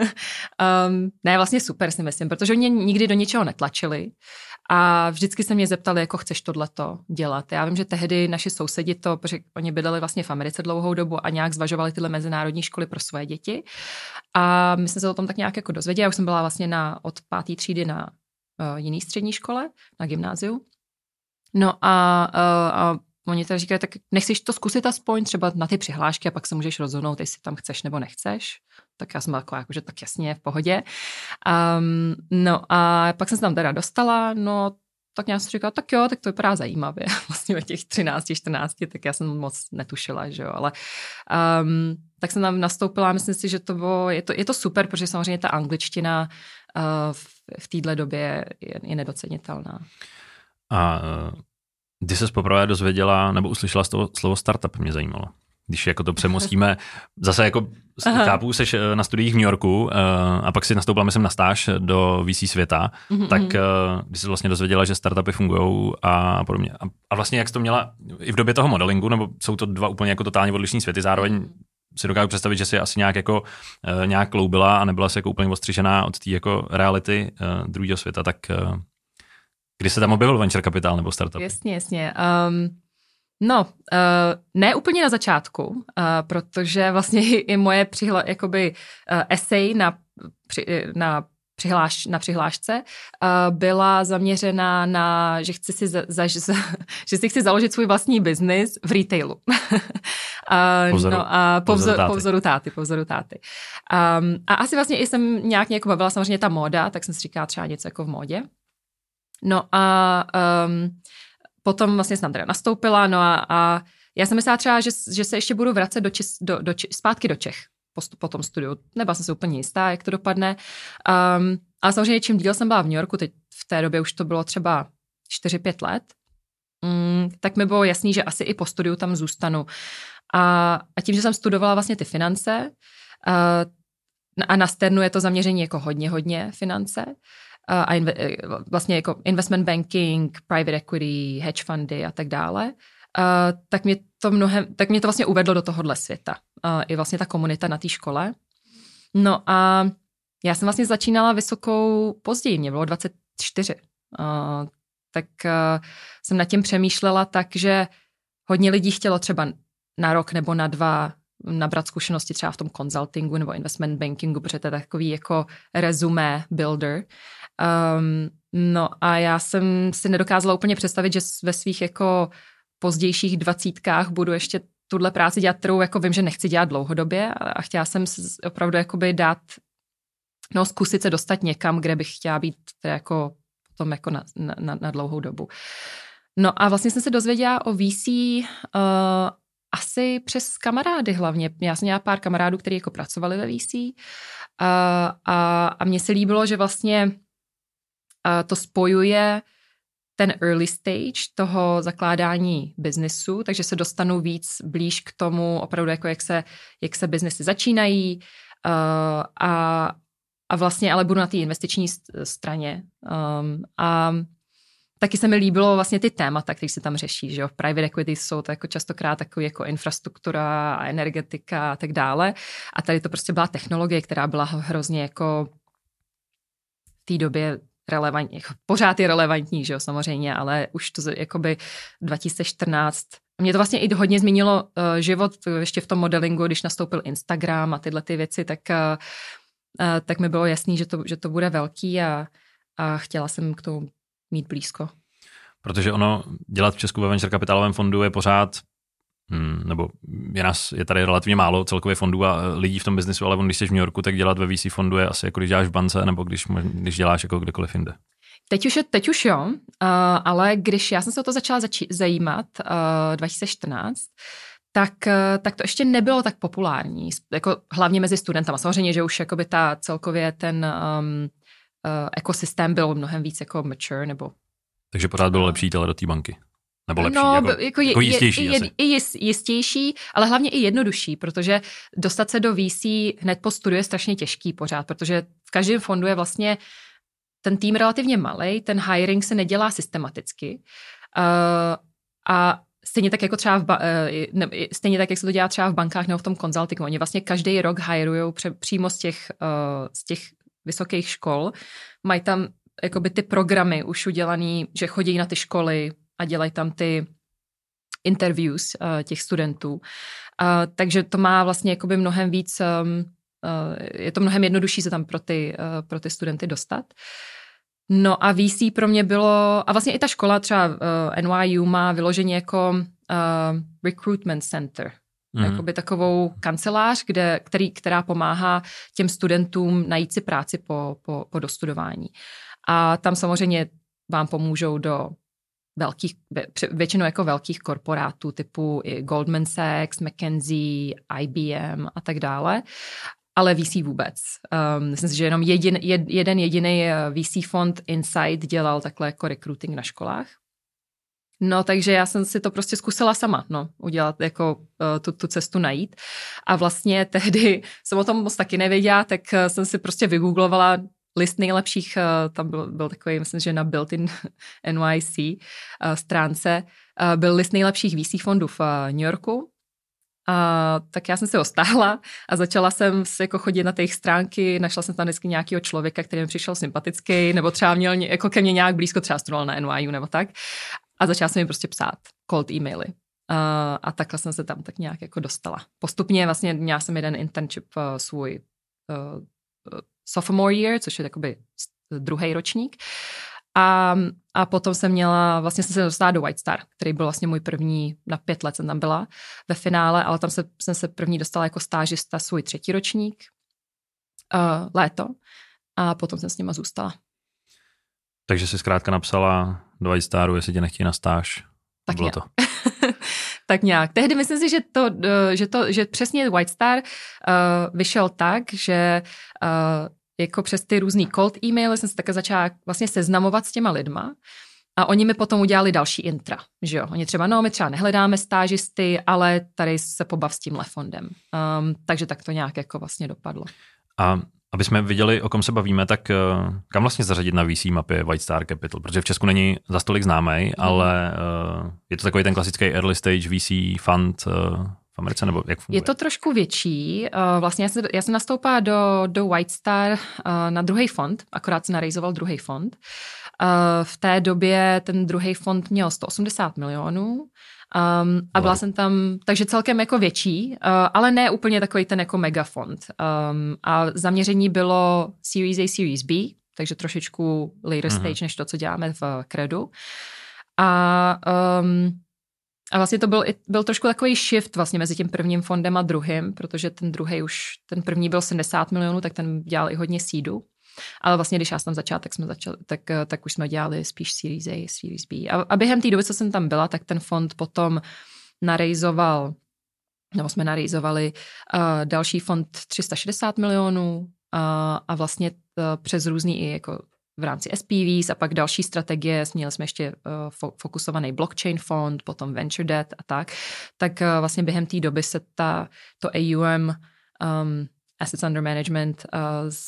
um, ne, vlastně super si myslím, protože mě nikdy do ničeho netlačili a vždycky se mě zeptali, jako chceš tohleto dělat. Já vím, že tehdy naši sousedi to, protože oni bydleli vlastně v Americe dlouhou dobu a nějak zvažovali tyhle mezinárodní školy pro svoje děti a my jsme se o tom tak nějak jako dozvěděli. Já už jsem byla vlastně na, od páté třídy na uh, jiný střední škole, na gymnáziu. No a, uh, a oni teda říkají, tak nechceš to zkusit aspoň třeba na ty přihlášky a pak se můžeš rozhodnout, jestli tam chceš nebo nechceš. Tak já jsem taková, jakože tak jasně, v pohodě. Um, no a pak jsem se tam teda dostala, no tak nějak jsem říkala, tak jo, tak to vypadá zajímavě. Vlastně o těch třinácti, čtrnácti, tak já jsem moc netušila, že jo, ale um, tak jsem tam nastoupila a myslím si, že to bylo, je to, je to super, protože samozřejmě ta angličtina uh, v, v téhle době je, je nedocenitelná. A uh... Kdy ses poprvé dozvěděla, nebo uslyšela z toho slovo startup, mě zajímalo. Když jako to přemostíme, zase jako Aha. chápu, seš na studiích v New Yorku uh, a pak si nastoupila, myslím, na stáž do V C světa, mm-hmm. tak uh, když jsi vlastně dozvěděla, že startupy fungujou a podobně. A, a vlastně jak jsi to měla i v době toho modelingu, nebo jsou to dva úplně jako totálně odlišný světy, zároveň si dokážu představit, že jsi asi nějak jako uh, nějak kloubila a nebyla si jako úplně ostřižená od té jako reality uh, druhého světa, tak... Uh, Kdy se tam objevil venture capital nebo startup? Jasně, jasně. Um, no, uh, ne úplně na začátku, uh, protože vlastně i moje přihla, jakoby, uh, essay na, při, na, přihláš, na přihlášce uh, byla zaměřená na, že, chci si za, za, za, že si chci založit svůj vlastní biznis v retailu. Uh, po vzoru, no, a po, vzoru, po vzoru táty. Po vzoru táty. Um, a asi vlastně i jsem nějak jako bavila samozřejmě ta móda, tak jsem si říkala třeba něco jako v módě. No a um, potom vlastně jsem tam teda nastoupila, no a, a já jsem myslela třeba, že, že se ještě budu vracet do Čes, do, do, zpátky do Čech po, po tom studiu. Nebyla jsem se úplně jistá, jak to dopadne. Um, ale samozřejmě čím díl jsem byla v New Yorku, teď v té době už to bylo třeba čtyři pět let, um, tak mi bylo jasný, že asi i po studiu tam zůstanu. A, a tím, že jsem studovala vlastně ty finance uh, a na Sternu je to zaměření jako hodně, hodně finance, a inve, vlastně jako investment banking, private equity, hedge fundy a tak dále, uh, tak mě to mnohem, tak mě to vlastně uvedlo do tohohle světa. Uh, I vlastně ta komunita na té škole. No a já jsem vlastně začínala vysokou později, mě bylo dvacet čtyři. Uh, tak uh, jsem nad tím přemýšlela tak, že hodně lidí chtělo třeba na rok nebo na dva nabrat zkušenosti třeba v tom consultingu nebo investment bankingu, protože to je takový jako resume builder. Um, no a já jsem si nedokázala úplně představit, že ve svých jako pozdějších dvacítkách budu ještě tuhle práci dělat, kterou jako vím, že nechci dělat dlouhodobě a chtěla jsem opravdu jakoby dát, no zkusit se dostat někam, kde bych chtěla být jako potom jako na, na, na dlouhou dobu. No a vlastně jsem se dozvěděla o V C uh, asi přes kamarády hlavně. Já jsem měla pár kamarádů, kteří jako pracovali ve V C a, a, a mně se líbilo, že vlastně to spojuje ten early stage toho zakládání biznesu, takže se dostanu víc blíž k tomu opravdu, jako jak se, jak se biznesy začínají uh, a, a vlastně ale budu na té investiční straně. Um, a taky se mi líbilo vlastně ty témata, které se tam řeší, že jo, v private equity jsou to jako častokrát takový jako infrastruktura a energetika a tak dále. A tady to prostě byla technologie, která byla hrozně jako v té době relevantní, jako pořád je relevantní, že jo, samozřejmě, ale už to jakoby dva tisíce čtrnáct. Mě to vlastně i hodně změnilo uh, život ještě v tom modelingu, když nastoupil Instagram a tyhle ty věci, tak, uh, uh, tak mi bylo jasný, že to, že to bude velký a, a chtěla jsem k tomu mít blízko. Protože ono dělat v Česku ve venture kapitálovém fondu je pořád, hmm, nebo je, nás, je tady relativně málo celkově fondů a lidí v tom biznesu, ale on, když jsi v New Yorku, tak dělat ve V C fondu je asi jako když děláš v bance, nebo když, když děláš jako kdekoliv jinde. Teď už, je, teď už jo, uh, ale když já jsem se o to začala zači- zajímat uh, dva tisíce čtrnáct, tak, uh, tak to ještě nebylo tak populární, jako hlavně mezi studentama. Samozřejmě, že už jakoby ta celkově ten um, uh, ekosystém byl mnohem víc jako mature, nebo... Takže pořád bylo lepší jít ale do té banky. Nebo lepší, no, jako, jako, jako jistější je, je, je, je jistější, ale hlavně i jednodušší, protože dostat se do V C hned po studiu je strašně těžký pořád, protože v každém fondu je vlastně ten tým relativně malej, ten hiring se nedělá systematicky uh, a stejně tak jako třeba v ba- uh, ne, stejně tak, jak se to dělá třeba v bankách nebo v tom konzultingu. Oni vlastně každý rok hirujou pře- přímo z těch, uh, z těch vysokých škol. Mají tam jakoby ty programy už udělaný, že chodí na ty školy a dělají tam ty interviews uh, těch studentů. Uh, takže to má vlastně jakoby mnohem víc, um, uh, je to mnohem jednodušší se tam pro ty, uh, pro ty studenty dostat. No a V C pro mě bylo, a vlastně i ta škola třeba uh, N Y U má vyloženě jako uh, recruitment center, mm. jakoby takovou kancelář, kde, který, která pomáhá těm studentům najít si práci po, po, po dostudování. A tam samozřejmě vám pomůžou do velkých, většinou jako velkých korporátů typu Goldman Sachs, McKinsey, I B M a tak dále, ale V C vůbec. Um, myslím si, že jenom jedin, jed, jeden jediný V C fond Insight dělal takhle jako recruiting na školách. No, takže já jsem si to prostě zkusila sama, no, udělat jako uh, tu, tu cestu najít. A vlastně tehdy jsem o tom moc taky nevěděla, tak uh, jsem si prostě vygooglovala list nejlepších, tam byl, byl takový, myslím, že na built-in N Y C stránce, byl list nejlepších V C fondů v New Yorku. A, tak já jsem si ho stáhla a začala jsem si jako chodit na té jejich stránky, našla jsem tam vždycky nějakého člověka, který mi přišel sympatický, nebo třeba měl jako ke mně nějak blízko, třeba studoval na N Y U nebo tak. A začala jsem jim prostě psát cold e-maily. A, a takhle jsem se tam tak nějak jako dostala. Postupně vlastně měla jsem jeden internship uh, svůj uh, uh, sophomore year, což je jakoby druhý ročník. A, a potom jsem měla, vlastně jsem se dostala do White Star, který byl vlastně můj první, na pět let jsem tam byla ve finále, ale tam se, jsem se první dostala jako stážista svůj třetí ročník, uh, léto, a potom jsem s nima zůstala. Takže jsi zkrátka napsala do White Staru, jestli tě nechtějí na stáž. Tak bylo nějak. to. Tak nějak. Tehdy myslím si, že, to, že, to, že přesně White Star uh, vyšel tak, že uh, jako přes ty různý cold e-maily jsem se také začala vlastně seznamovat s těma lidma a oni mi potom udělali další intra, že jo. Oni třeba, no, my třeba nehledáme stážisty, ale tady se pobav s tímhle fondem. Um, takže tak to nějak jako vlastně dopadlo. A aby jsme viděli, o kom se bavíme, tak uh, kam vlastně zařadit na V C mapě White Star Capital? Protože v Česku není za stolik známej, mm. ale uh, je to takový ten klasický early stage V C fund uh, v Americe, nebo jak funguje? Je to trošku větší. Uh, vlastně já jsem, já jsem nastoupila do, do White Star uh, na druhý fond, akorát se narejzoval druhý fond. Uh, v té době ten druhý fond měl sto osmdesát milionů. Um, a byla jsem tam, takže celkem jako větší, uh, ale ne úplně takový ten jako megafond. Um, a zaměření bylo Series A, Series B, takže trošičku later mm-hmm. stage, než to, co děláme v Credu. A, um, a vlastně to byl, byl trošku takový shift vlastně mezi tím prvním fondem a druhým, protože ten druhý už, ten první byl sedmdesát milionů, tak ten dělal i hodně seedu. Ale vlastně, když já jsem tam začala, tak, jsme začali, tak, tak už jsme dělali spíš Series A, Series B. A, a během té doby, co jsem tam byla, tak ten fond potom narejzoval, nebo jsme narejzovali uh, další fond tři sta šedesát milionů uh, a vlastně uh, přes různý i jako v rámci S P Vs a pak další strategie, měli jsme ještě uh, fokusovaný blockchain fond, potom venture debt a tak, tak uh, vlastně během té doby se ta, to A U M, um, Assets Under Management, uh,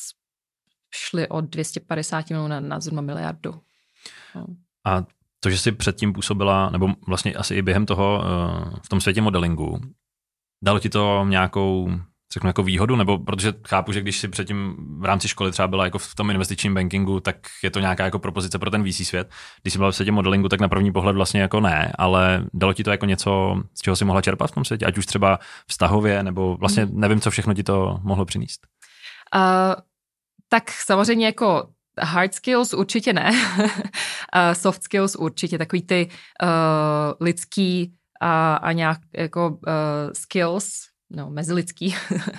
šly od dvě stě padesát milionů na, na zhruba miliardu. No. A to, že jsi předtím působila, nebo vlastně asi i během toho uh, v tom světě modelingu, dalo ti to nějakou, řeknu, jako výhodu, nebo protože chápu, že když si předtím v rámci školy třeba byla jako v tom investičním bankingu, tak je to nějaká jako propozice pro ten V C svět. Když jsi byla v světě modelingu, tak na první pohled vlastně jako ne, ale dalo ti to jako něco, z čeho jsi mohla čerpat v tom světě, ať už třeba vztahově, nebo vlastně nevím, co všechno ti to mohlo přinést. Uh, tak samozřejmě jako hard skills určitě ne, uh, soft skills určitě, takový ty uh, lidský a, a nějak jako uh, skills, no, mezilidský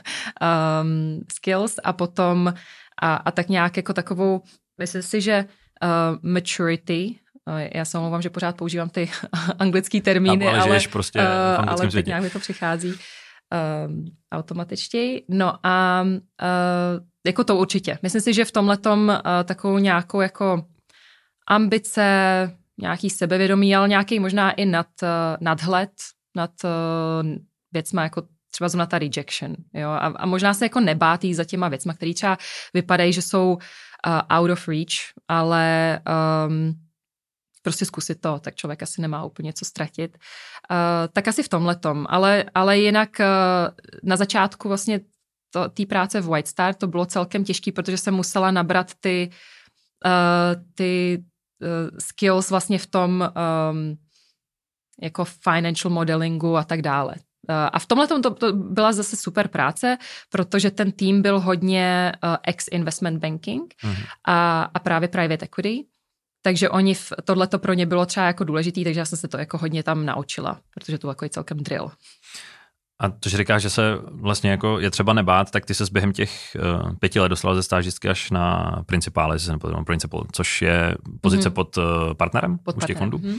um, skills a potom a, a tak nějak jako takovou, myslím si, že uh, maturity, uh, já se omlouvám, že pořád používám ty anglický termíny, ale, ale, prostě uh, ale tak nějak mi to přichází um, automatičtěji. No a uh, jako to určitě. Myslím si, že v tomhletom uh, takovou nějakou jako ambice, nějaký sebevědomí, ale nějaký možná i nad, uh, nadhled nad uh, věcma jako třeba zrovna ta rejection, jo, a, a možná se jako nebát jít za těma věcma, které třeba vypadají, že jsou uh, out of reach, ale um, prostě zkusit to, tak člověk asi nemá úplně co ztratit. Uh, tak asi v tomhletom, ale, ale jinak uh, na začátku vlastně té práce v White Star to bylo celkem těžké, protože jsem musela nabrat ty, uh, ty uh, skills vlastně v tom um, jako financial modelingu a tak dále. A v tomhle to, to byla zase super práce, protože ten tým byl hodně uh, ex-investment banking mm. a, a právě private equity, takže oni, tohle to pro ně bylo třeba jako důležitý, takže já jsem se to jako hodně tam naučila, protože to jako je celkem drill. A to, že říkáš, že se vlastně jako je třeba nebát, tak ty se během těch uh, pěti let dostala ze stážistky až na principále, nebo principal, což je pozice mm. pod uh, partnerem pod už těch partnerem. fondů. Mm.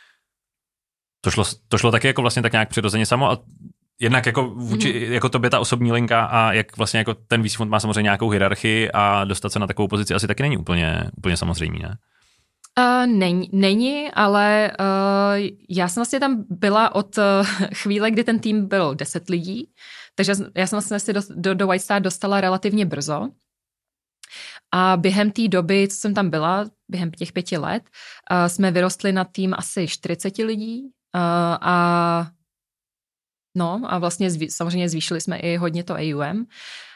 To šlo, to šlo taky jako vlastně tak nějak přirozeně samo a jednak jako vůči, mm-hmm. jako tobě ta osobní linka a jak vlastně jako ten V C fond má samozřejmě nějakou hierarchii a dostat se na takovou pozici asi taky není úplně, úplně samozřejmý, ne? Uh, není, není, ale uh, já jsem vlastně tam byla od uh, chvíle, kdy ten tým byl deset lidí, takže já jsem vlastně si do, do, do White Star dostala relativně brzo. A během té doby, co jsem tam byla, během těch pěti let, uh, jsme vyrostli na tým asi čtyřicet lidí. Uh, a no a vlastně zví, samozřejmě zvýšili jsme i hodně to A U M. Uh,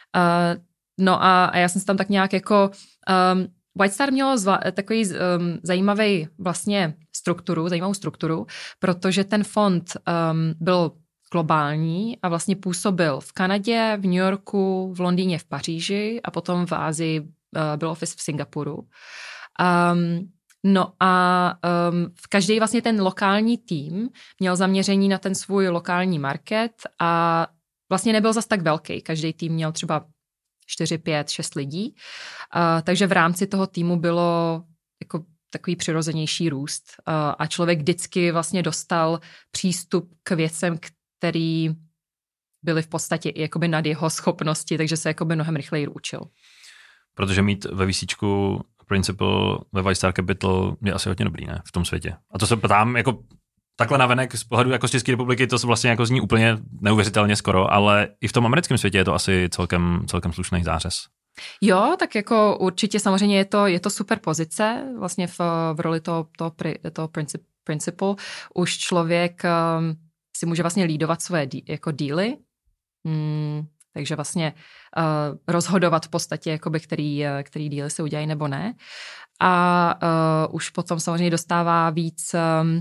no a, a já jsem se tam tak nějak jako um, White Star mělo zva, takový um, zajímavý vlastně strukturu, zajímavou strukturu, protože ten fond um, byl globální a vlastně působil v Kanadě, v New Yorku, v Londýně, v Paříži a potom v Asii uh, byl office v Singapuru. Um, No a um, v každý vlastně ten lokální tým měl zaměření na ten svůj lokální market a vlastně nebyl zas tak velký. Každý tým měl třeba čtyři, pět, šest lidí. Uh, takže v rámci toho týmu bylo jako takový přirozenější růst. Uh, a člověk vždycky vlastně dostal přístup k věcem, který byly v podstatě i jakoby nad jeho schopnosti, takže se jakoby mnohem rychleji učil. Protože mít ve VCčku principal ve White Star Capital je asi hodně dobrý, ne? V tom světě. A to se ptám jako takhle navenek z pohledu jako z České republiky, to se vlastně jako zní úplně neuvěřitelně skoro, ale i v tom americkém světě je to asi celkem, celkem slušný zářez. Jo, tak jako určitě samozřejmě je to, je to super pozice, vlastně v, v roli toho, toho, toho princip, principal. Už člověk um, si může vlastně lídovat svoje dí, jako díly, hmm. Takže vlastně uh, rozhodovat v podstatě, jakoby, který, který díly se udělají nebo ne. A uh, už potom samozřejmě dostává víc um,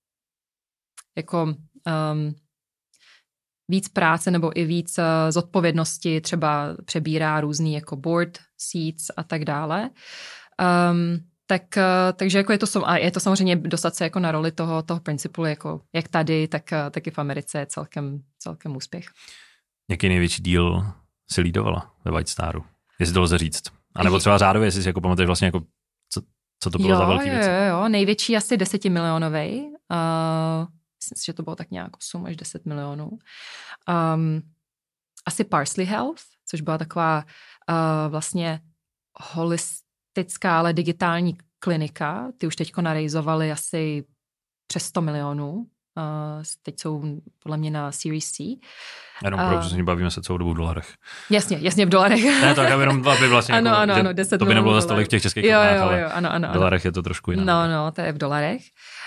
jako um, víc práce nebo i víc uh, zodpovědnosti, třeba přebírá různý jako board seats a tak dále. Um, tak, uh, takže jako je to, a je to samozřejmě dostat se jako na roli toho, toho principalu, jako jak tady, tak, uh, tak i v Americe je celkem, celkem úspěch. Jaký největší díl si lídovala ve White Staru? Jestli to lze říct. A nebo třeba řádově, jestli si jako pamatuješ vlastně, jako, co, co to bylo jo, za velký věci. Jo, jo, největší asi desetimilionovej. Uh, myslím si, že to bylo tak nějak osm až deset milionů. Um, asi Parsley Health, což byla taková uh, vlastně holist, fantastická, ale digitální klinika. Ty už teďko narejzovali asi přes sto milionů. Uh, teď jsou podle mě na Series C. Jenom pro uh, bavíme se celou dobu v dolarech. Jasně, jasně v dolarech. Ne, tak jenom aby vlastně ano, jako, ano, ano, deset to by nebylo za tolik v těch českých korunách, ale jo, ano, ano, v dolarech je to trošku jinak. No, no, to je v dolarech.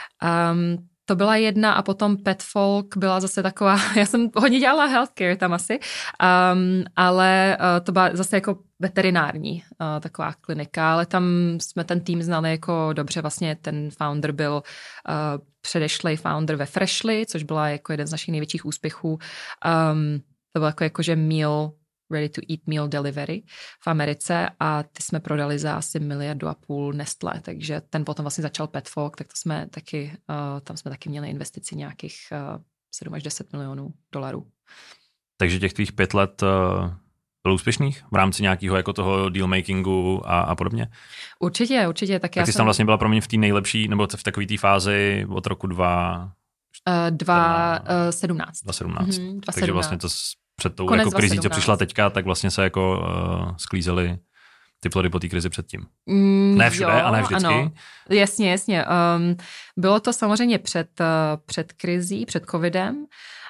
Um, to byla jedna a potom Petfolk byla zase taková, já jsem hodně dělala healthcare tam asi, um, ale uh, to byla zase jako veterinární uh, taková klinika, ale tam jsme ten tým znali jako dobře, vlastně ten founder byl uh, předešlej founder ve Freshly, což byla jako jeden z našich největších úspěchů. Um, to bylo jako, jako že meal, ready to eat meal delivery v Americe a ty jsme prodali za asi miliardu a půl Nestlé, takže ten potom vlastně začal Petfolk, tak to jsme taky, uh, tam jsme taky měli investici nějakých uh, sedm až deset milionů dolarů. Takže těch tvých pět let uh, bylo úspěšných v rámci nějakého jako toho dealmakingu a, a podobně? Určitě, určitě. Tak, tak já ty jsi jsem... tam vlastně byla pro mě v té nejlepší, nebo v takové té fázi od roku dva... Uh, dva sedmnáct. dva sedmnáct. Mm-hmm, takže vlastně to před tou konec jako krizí, co přišla teďka, tak vlastně se jako uh, sklízely ty plody po té krizi předtím. Mm, ne všude jo, a ne vždycky. Ano. Jasně, jasně. Um, bylo to samozřejmě před, uh, před krizí, před covidem,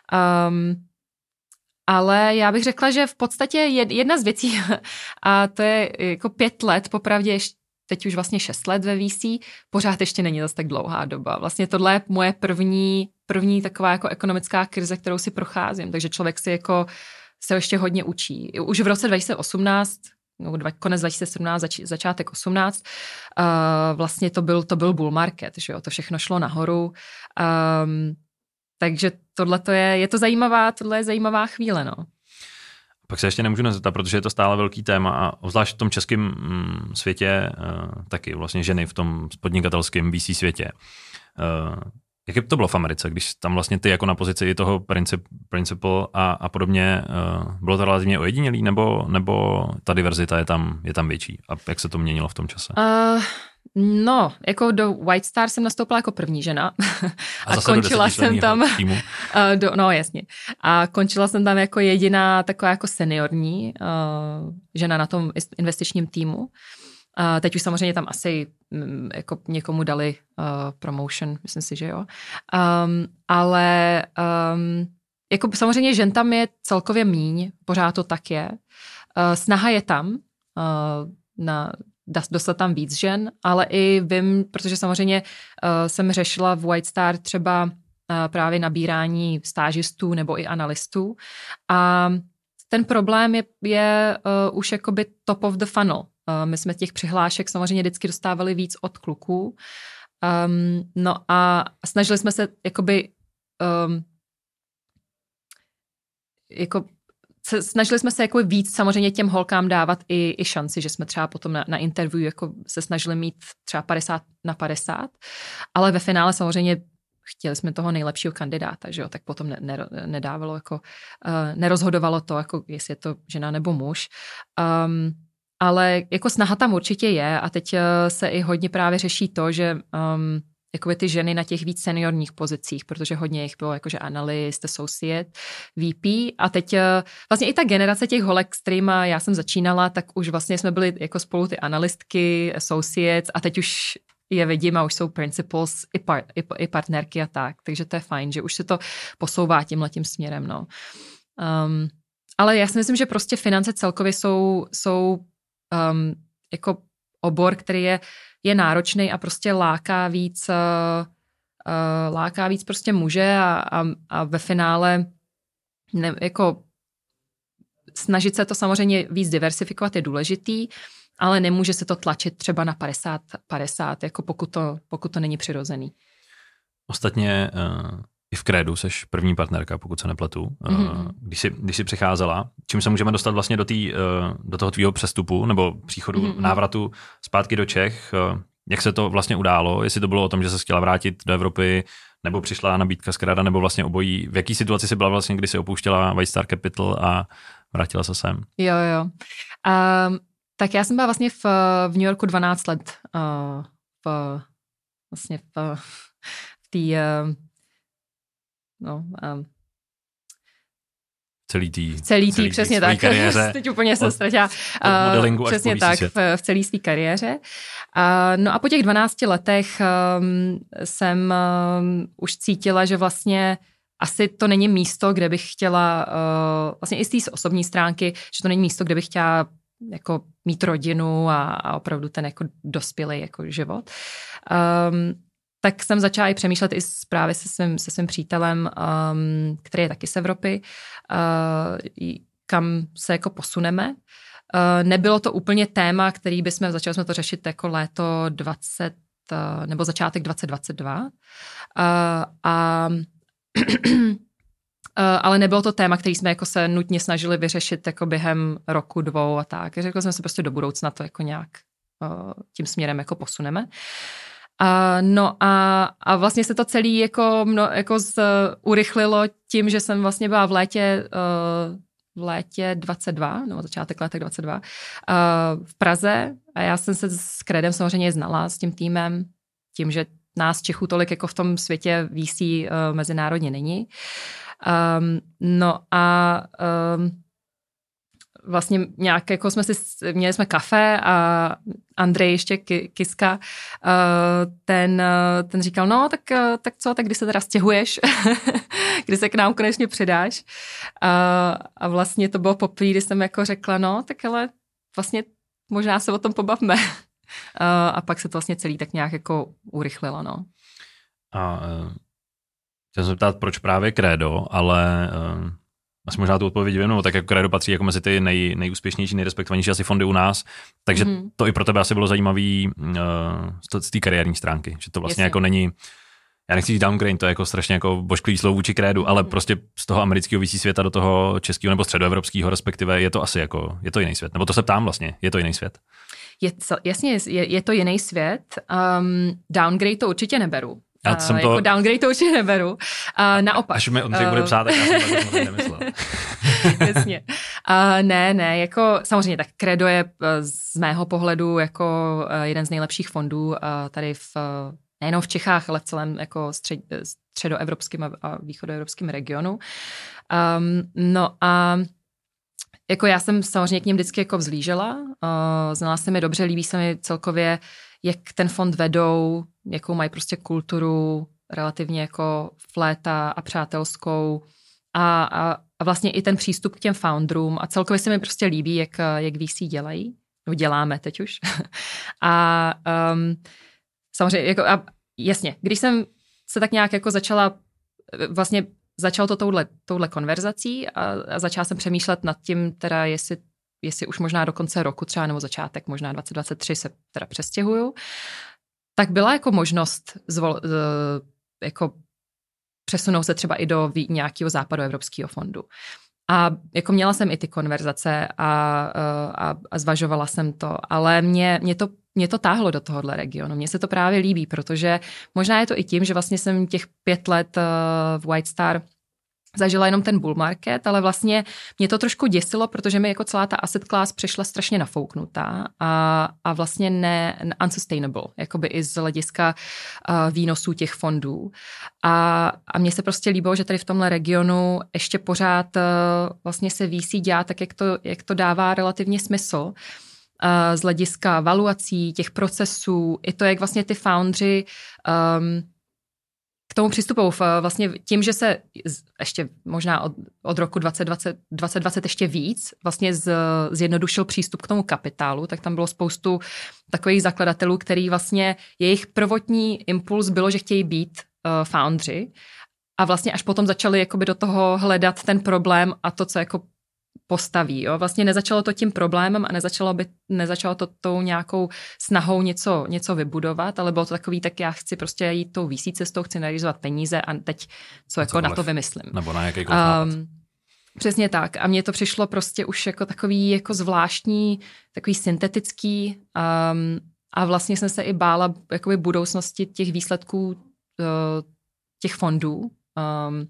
um, ale já bych řekla, že v podstatě jedna z věcí, a to je jako pět let, popravdě teď už vlastně šest let ve V C, pořád ještě není zase tak dlouhá doba. Vlastně tohle je moje první, první taková jako ekonomická krize, kterou si procházím, takže člověk si jako se ještě hodně učí. Už v roce dva tisíce osmnáct, no, dva, konec dva tisíce sedmnáct, zač, začátek osmnáct, uh, vlastně to byl, to byl bull market, že jo, to všechno šlo nahoru. Um, takže tohle to je, je to zajímavá, tohle je zajímavá chvíle, no. Pak se ještě nemůžu nezeptat, protože je to stále velký téma a obzvlášť v tom českém mm, světě uh, taky vlastně ženy v tom podnikatelském V C světě. Uh, jak to bylo v Americe, když tam vlastně ty jako na pozici toho princip, principal a, a podobně, uh, bylo to relativně ojedinělý, nebo, nebo ta diverzita je tam, je tam větší? A jak se to měnilo v tom čase? Uh... No, jako do White Star jsem nastoupila jako první žena a, a končila jsem tam, týmu. do, no jasně, a končila jsem tam jako jediná taková jako seniorní uh, žena na tom investičním týmu. Uh, teď už samozřejmě tam asi um, jako někomu dali uh, promotion, myslím si, že jo. Um, ale um, jako samozřejmě žen tam je celkově míň, pořád to tak je. Uh, snaha je tam uh, na dostat tam víc žen, ale i vím, protože samozřejmě uh, jsem řešila v White Star třeba uh, právě nabírání stážistů nebo i analystů a ten problém je, je uh, už jakoby top of the funnel. Uh, my jsme těch přihlášek samozřejmě vždycky dostávali víc od kluků. Um, no a snažili jsme se jakoby um, jako snažili jsme se jako víc samozřejmě těm holkám dávat i, i šanci, že jsme třeba potom na, na interview jako se snažili mít třeba padesát na padesát, ale ve finále samozřejmě chtěli jsme toho nejlepšího kandidáta, že jo, tak potom ne, ne, nedávalo jako, uh, nerozhodovalo to, jako jestli je to žena nebo muž. Um, ale jako snaha tam určitě je a teď uh, se i hodně právě řeší to, že um, jakoby ty ženy na těch víc seniorních pozicích, protože hodně jich bylo jakože analyst, associate, V P a teď vlastně i ta generace těch holek, s kterými já jsem začínala, tak už vlastně jsme byli jako spolu ty analystky, associates a teď už je vidím a už jsou principals i, par, i, i partnerky a tak, takže to je fajn, že už se to posouvá tímhletím směrem, no. Um, ale já si myslím, že prostě finance celkově jsou, jsou um, jako obor, který je je náročný a prostě láká víc, uh, uh, láká víc prostě muže a, a, a ve finále ne, jako snažit se to samozřejmě víc diversifikovat je důležitý, ale nemůže se to tlačit třeba na padesát padesát, jako pokud to, pokud to není přirozený. Ostatně uh, i v Kredu seš první partnerka, pokud se nepletu, mm-hmm. uh, když, jsi, když jsi přicházela, čím se můžeme dostat vlastně do, tý, uh, do toho tvýho přestupu nebo příchodu, mm-hmm. návratu zpátky do Čech, uh, jak se to vlastně událo, jestli to bylo o tom, že se chtěla vrátit do Evropy, nebo přišla nabídka z Kreda, nebo vlastně obojí. V jaký situaci jsi byla vlastně, kdy jsi opouštěla White Star Capital a vrátila se sem? Jo, jo. Um, tak já jsem byla vlastně v, v New Yorku dvanáct let. Uh, v, vlastně v, v té... Uh, no, um, celý tý, celý tý, celý přesně tak. Kariéře. Teď úplně jsem ztratila. Od modelingu až přesně po tak, svět. v, v celé své kariéře. Uh, no a po těch dvanácti letech um, jsem um, už cítila, že vlastně asi to není místo, kde bych chtěla, uh, vlastně i z té osobní stránky, že to není místo, kde bych chtěla jako mít rodinu a, a opravdu ten jako dospělý jako život. Um, tak jsem začala i přemýšlet i právě se svým, se svým přítelem, um, který je taky z Evropy, uh, kam se jako posuneme. Uh, nebylo to úplně téma, který bychom, začali jsme to řešit jako léto dvacet, uh, nebo začátek dvacet dvacet dva. Uh, a Uh, ale nebylo to téma, který jsme jako se nutně snažili vyřešit jako během roku, dvou a tak. Řekli jsme si prostě do budoucna to jako nějak uh, tím směrem jako posuneme. Uh, no a, a vlastně se to celý jako, mno, jako z, uh, urychlilo tím, že jsem vlastně byla v létě, uh, v létě dvacet dva, nebo začátek létek dvacet dva, uh, v Praze a já jsem se s Kredem samozřejmě znala s tím týmem, tím, že nás Čechů tolik jako v tom světě vísí uh, mezinárodně není. Um, no a um, vlastně nějak jako jsme si, měli jsme kafe a Andrej ještě Kiska, uh, ten, uh, ten říkal, no tak, uh, tak co, tak kdy se teda stěhuješ, kdy se k nám konečně přidáš. Uh, a vlastně to bylo poprvé, kdy jsem jako řekla, no tak ale vlastně možná se o tom pobavme. uh, a pak se to vlastně celý tak nějak jako urychlilo, no. A uh... Chtěl jsem se ptát, proč právě Credo, ale uh, asi možná tu odpověď vím, no, tak jako Credo patří jako mezi ty nej, nejúspěšnější, nejrespektovanější asi fondy u nás, takže mm. to i pro tebe asi bylo zajímavý uh, z té kariérní stránky, že to vlastně Jasně. jako není, já nechci říct downgrade, to je jako strašně jako božklivý slovo vůči Credu, mm. ale prostě z toho amerického V C světa do toho českého nebo středoevropského respektive je to asi jako, je to jiný svět, nebo to se ptám vlastně, je to jiný svět. Je, jasně, je, je to jiný svět, um, downgrade to určitě neberu. Já jsem to... Jako downgrade to určitě neberu. Uh, naopak. Až mi Ondřej uh... bude psát, tak já jsem tak moc nemyslel. Jasně. Uh, ne, ne, jako samozřejmě tak Credo je z mého pohledu jako uh, jeden z nejlepších fondů uh, tady v, uh, nejenom v Čechách, ale v celém jako střed, středoevropském a, a východoevropském regionu. Um, no a jako já jsem samozřejmě k ním vždycky jako vzlížela. Uh, znala se mi dobře, líbí se mi celkově, jak ten fond vedou, jakou mají prostě kulturu, relativně jako fléta a přátelskou a, a, a vlastně i ten přístup k těm founderům a celkově se mi prostě líbí, jak, jak V C dělají, no děláme teď už. a um, samozřejmě, jako, a jasně, když jsem se tak nějak jako začala, vlastně začalo to touhle, touhle konverzací a, a začala jsem přemýšlet nad tím, teda jestli jestli už možná do konce roku třeba nebo začátek, možná dvacet dvacet tři se teda přestěhuju, tak byla jako možnost zvol, jako přesunout se třeba i do nějakého západoevropského fondu. A jako měla jsem i ty konverzace a, a, a zvažovala jsem to, ale mě, mě, to, mě to táhlo do tohohle regionu. Mně se to právě líbí, protože možná je to i tím, že vlastně jsem těch pět let v White Star zažila jenom ten bull market, ale vlastně mě to trošku děsilo, protože mi jako celá ta asset class přišla strašně nafouknutá a, a vlastně ne unsustainable, jakoby i z hlediska uh, výnosů těch fondů. A, a mně se prostě líbilo, že tady v tomhle regionu ještě pořád uh, vlastně se V C dělá tak, jak to, jak to dává relativně smysl. Uh, z hlediska valuací, těch procesů, i to, jak vlastně ty foundři um, k tomu přistupují vlastně tím, že se ještě možná od, od roku dvacet dvacet, dvacet dvacet ještě víc vlastně z, zjednodušil přístup k tomu kapitálu, tak tam bylo spoustu takových zakladatelů, který vlastně jejich prvotní impuls bylo, že chtějí být uh, foundři a vlastně až potom začali jakoby do toho hledat ten problém a to, co jako postaví. Jo? Vlastně nezačalo to tím problémem a nezačalo, by, nezačalo to tou nějakou snahou něco, něco vybudovat, ale bylo to takový, tak já chci prostě jít tou V C cestou, chci narizovat peníze a teď co jako na to vymyslím. Nebo na jakýkoliv nápad. Um, přesně tak. A mně to přišlo prostě už jako takový jako zvláštní, takový syntetický um, a vlastně jsem se i bála jakoby budoucnosti těch výsledků uh, těch fondů. Um,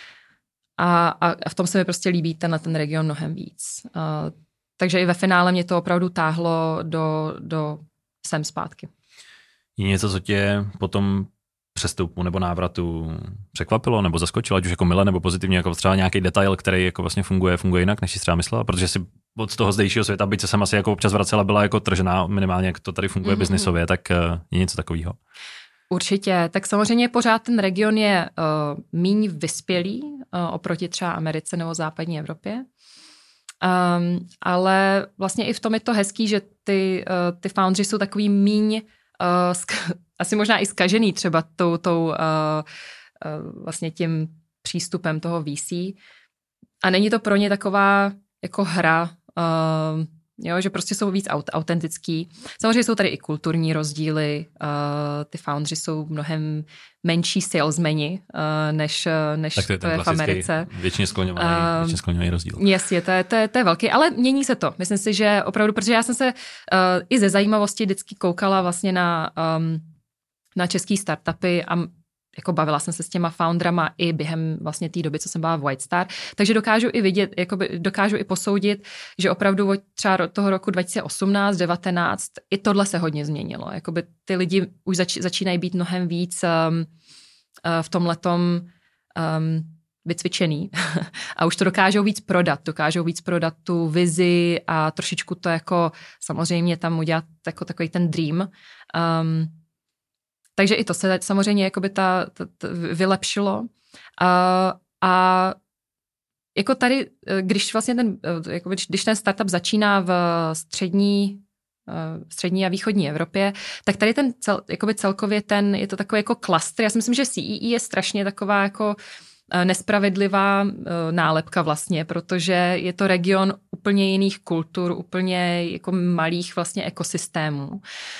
A, a v tom se mi prostě líbí ten, ten region mnohem víc. Uh, takže i ve finále mě to opravdu táhlo do, do sem zpátky. Je něco, co tě potom přestupu nebo návratu překvapilo nebo zaskočilo, ať už jako mile nebo pozitivně, jako třeba nějaký detail, který jako vlastně funguje, funguje jinak, než si třeba myslela, protože si od toho zdejšího světa, byť se sem asi jako občas vracela, byla jako tržená minimálně, jak to tady funguje mm-hmm. biznisově, tak je něco takového. Určitě, tak samozřejmě pořád ten region je uh, míň vyspělý uh, oproti třeba Americe nebo západní Evropě. Um, ale vlastně i v tom je to hezký, že ty, uh, ty foundry jsou takový míň, uh, sk- asi možná i zkažený třeba tou, tou uh, uh, vlastně tím přístupem toho V C. A není to pro ně taková jako hra, uh, jo, že prostě jsou víc aut- autentický. Samozřejmě jsou tady i kulturní rozdíly, uh, ty foundry jsou mnohem menší salesmeni, uh, než, než tak to je, to je v Americe. Většině skloňovaný, uh, většině skloňovaný rozdíl. Jasně, to je, to, je, to je velký, ale mění se to. Myslím si, že opravdu, protože já jsem se uh, i ze zajímavosti vždycky koukala vlastně na, um, na český startupy a jako bavila jsem se s těma foundrama i během vlastně té doby, co jsem byla v White Star, takže dokážu i vidět, jakoby dokážu i posoudit, že opravdu od třeba toho roku dva tisíce osmnáct devatenáct i tohle se hodně změnilo. Jakoby ty lidi už zač, začínají být mnohem víc um, uh, v tomhletom um, vycvičený a už to dokážou víc prodat, dokážou víc prodat tu vizi a trošičku to jako samozřejmě tam udělat jako takový ten dream. Um, Takže i to se samozřejmě jakoby ta, ta, ta vylepšilo. A, a jako tady, když vlastně ten, jakoby, když ten startup začíná v střední, střední a východní Evropě, tak tady ten cel, jakoby celkově ten, je to takový jako klastr. Já si myslím, že C E E je strašně taková jako nespravedlivá nálepka vlastně, protože je to region úplně jiných kultur, úplně jako malých vlastně ekosystémů.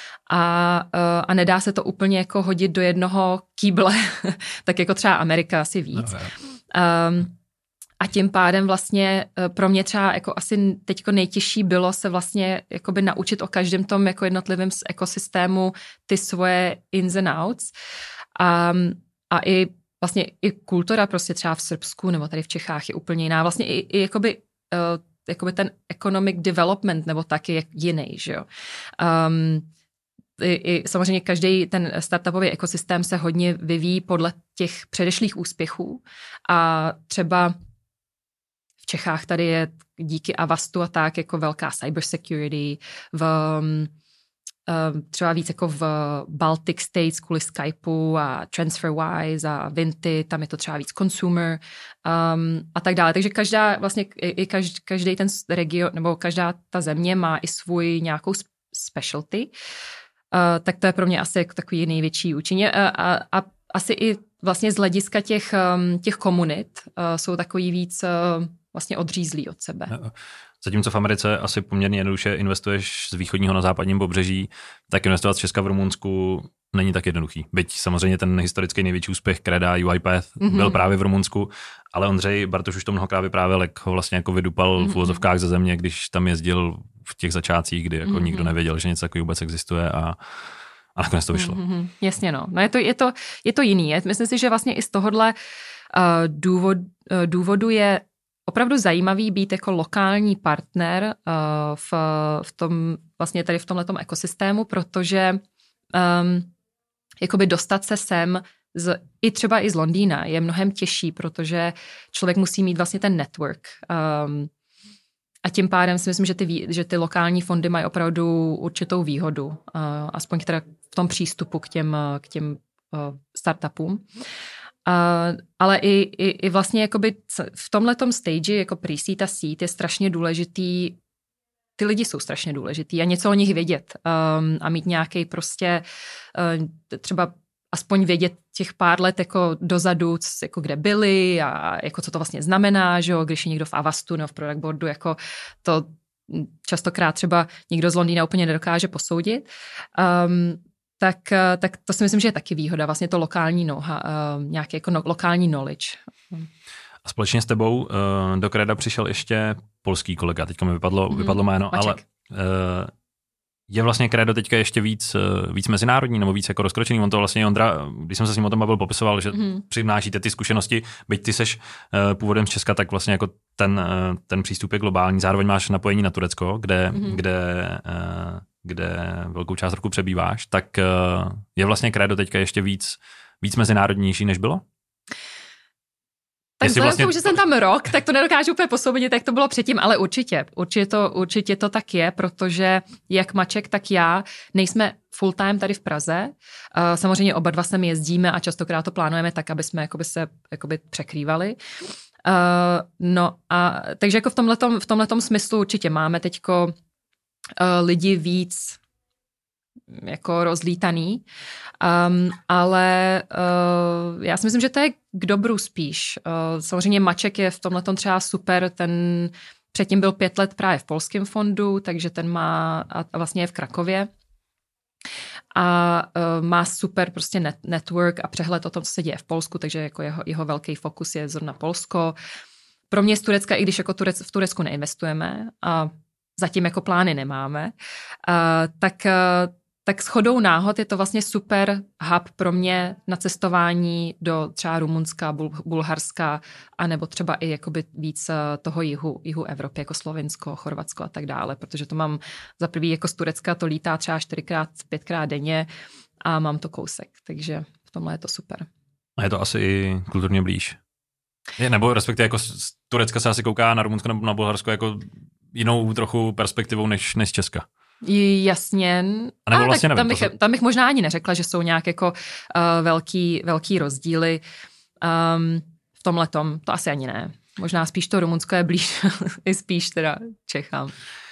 A, a nedá se to úplně jako hodit do jednoho kýble, tak jako třeba Amerika asi víc. No, um, a tím pádem vlastně pro mě třeba jako asi teďko nejtěžší bylo se vlastně jakoby naučit o každém tom jako jednotlivém ekosystému ty svoje ins and outs. Um, a i vlastně i kultura prostě třeba v Srbsku nebo tady v Čechách je úplně jiná. Vlastně i, i jakoby, uh, jakoby ten economic development nebo taky je jiný, že jo. Um, I, i samozřejmě každý ten startupový ekosystém se hodně vyvíjí podle těch předešlých úspěchů a třeba v Čechách tady je díky Avastu a tak jako velká cybersecurity, v, um, třeba víc jako v Baltic States kvůli Skypeu a TransferWise a Vinty, tam je to třeba víc consumer um, a tak dále. Takže každá vlastně i každý, každý ten region nebo každá ta země má i svůj nějakou specialty. Uh, tak to je pro mě asi jako takový největší učení. A, a, a asi i vlastně z hlediska těch, um, těch komunit uh, jsou takový víc uh, vlastně odřízlí od sebe. Zatímco v Americe asi poměrně jednoduše investuješ z východního na západním pobřeží, tak investovat z Česka v Rumunsku není tak jednoduchý. Byť samozřejmě ten historický největší úspěch Kreda UiPath mm-hmm. byl právě v Rumunsku, ale Ondřej Bartoš už to mnohokrát vyprávěl, jak ho vlastně jako vydupal mm-hmm. v uvozovkách ze země, když tam jezdil v těch začátcích, kdy jako mm-hmm. nikdo nevěděl, že něco takového vůbec existuje a, a nakonec to vyšlo. Mm-hmm. Jasně no. No je to, je to, je to jiný. Myslím si, že vlastně i z tohohle uh, důvod, uh, důvodu je opravdu zajímavý být jako lokální partner uh, v, v tom, vlastně tady v tomhletom ekosystému, protože um, jakoby dostat se sem z, i třeba i z Londýna je mnohem těžší, protože člověk musí mít vlastně ten network. Um, a tím pádem si myslím, že ty, že ty lokální fondy mají opravdu určitou výhodu, uh, aspoň teda v tom přístupu k těm, k těm uh, startupům. Uh, ale i, i, i vlastně jakoby v tomhletom stage jako pre-seed a seed je strašně důležitý, ty lidi jsou strašně důležitý a něco o nich vědět um, a mít nějaký prostě uh, třeba aspoň vědět těch pár let jako dozadu, jako kde byli a jako co to vlastně znamená, že jo, když je někdo v Avastu nebo v product boardu, jako to častokrát třeba někdo z Londýna úplně nedokáže posoudit. Um, Tak, tak to si myslím, že je taky výhoda, vlastně to lokální noha, uh, nějaký jako no, lokální knowledge. A společně s tebou uh, do Kreda přišel ještě polský kolega, teďka mi vypadlo, mm-hmm. vypadlo jméno, Maček. Ale uh, je vlastně Kredo teďka ještě víc, uh, víc mezinárodní nebo víc jako rozkročený. On to vlastně Ondra, když jsem se s ním o tom bavil, popisoval, že mm-hmm. přinášíte ty zkušenosti, byť ty seš uh, původem z Česka, tak vlastně jako ten, uh, ten přístup je globální. Zároveň máš napojení na Turecko, kde, mm-hmm. kde uh, kde velkou část roku přebýváš, tak je vlastně Kredo teďka ještě víc víc mezinárodnější, než bylo? Tak vzhledem vlastně... k tomu, že jsem tam rok, tak to nedokážu úplně posoudit, jak to bylo předtím, ale určitě, určitě to, určitě to tak je, protože jak Maček, tak já nejsme full time tady v Praze. Samozřejmě oba dva sem jezdíme a častokrát to plánujeme tak, aby jsme jakoby se jakoby překrývali. No a takže jako v tomhletom, v tomhletom smyslu určitě máme teďko lidi víc jako rozlítaný, um, ale uh, já si myslím, že to je k dobru spíš. Uh, samozřejmě Maček je v tomhletom třeba super, ten předtím byl pět let právě v polském fondu, takže ten má a vlastně je v Krakově a uh, má super prostě net, network a přehled o tom, co se děje v Polsku, takže jako jeho, jeho velký fokus je zrovna Polsko. Pro mě z Turecka, i když jako Turec, v Turecku neinvestujeme a zatím jako plány nemáme, uh, tak uh, tak shodou náhod je to vlastně super hub pro mě na cestování do třeba Rumunska, Bul- Bulharska, anebo třeba i jakoby víc toho jihu, jihu Evropy, jako Slovinsko, Chorvatsko a tak dále, protože to mám za prvý jako z Turecka, to lítá třeba čtyřikrát, pětkrát denně a mám to kousek, takže v tomhle je to super. A je to asi i kulturně blíž. Je, nebo respektive jako z Turecka se asi kouká na Rumunsko nebo na Bulharsko jako jinou trochu perspektivou než, než z Česka. Jasně. A nebo vlastně tak nevím, tam, bych, se... tam bych možná ani neřekla, že jsou nějak jako uh, velký, velký rozdíly um, v tomhletom. To asi ani ne. Možná spíš to Rumunsko je blíž, i spíš teda Čechám.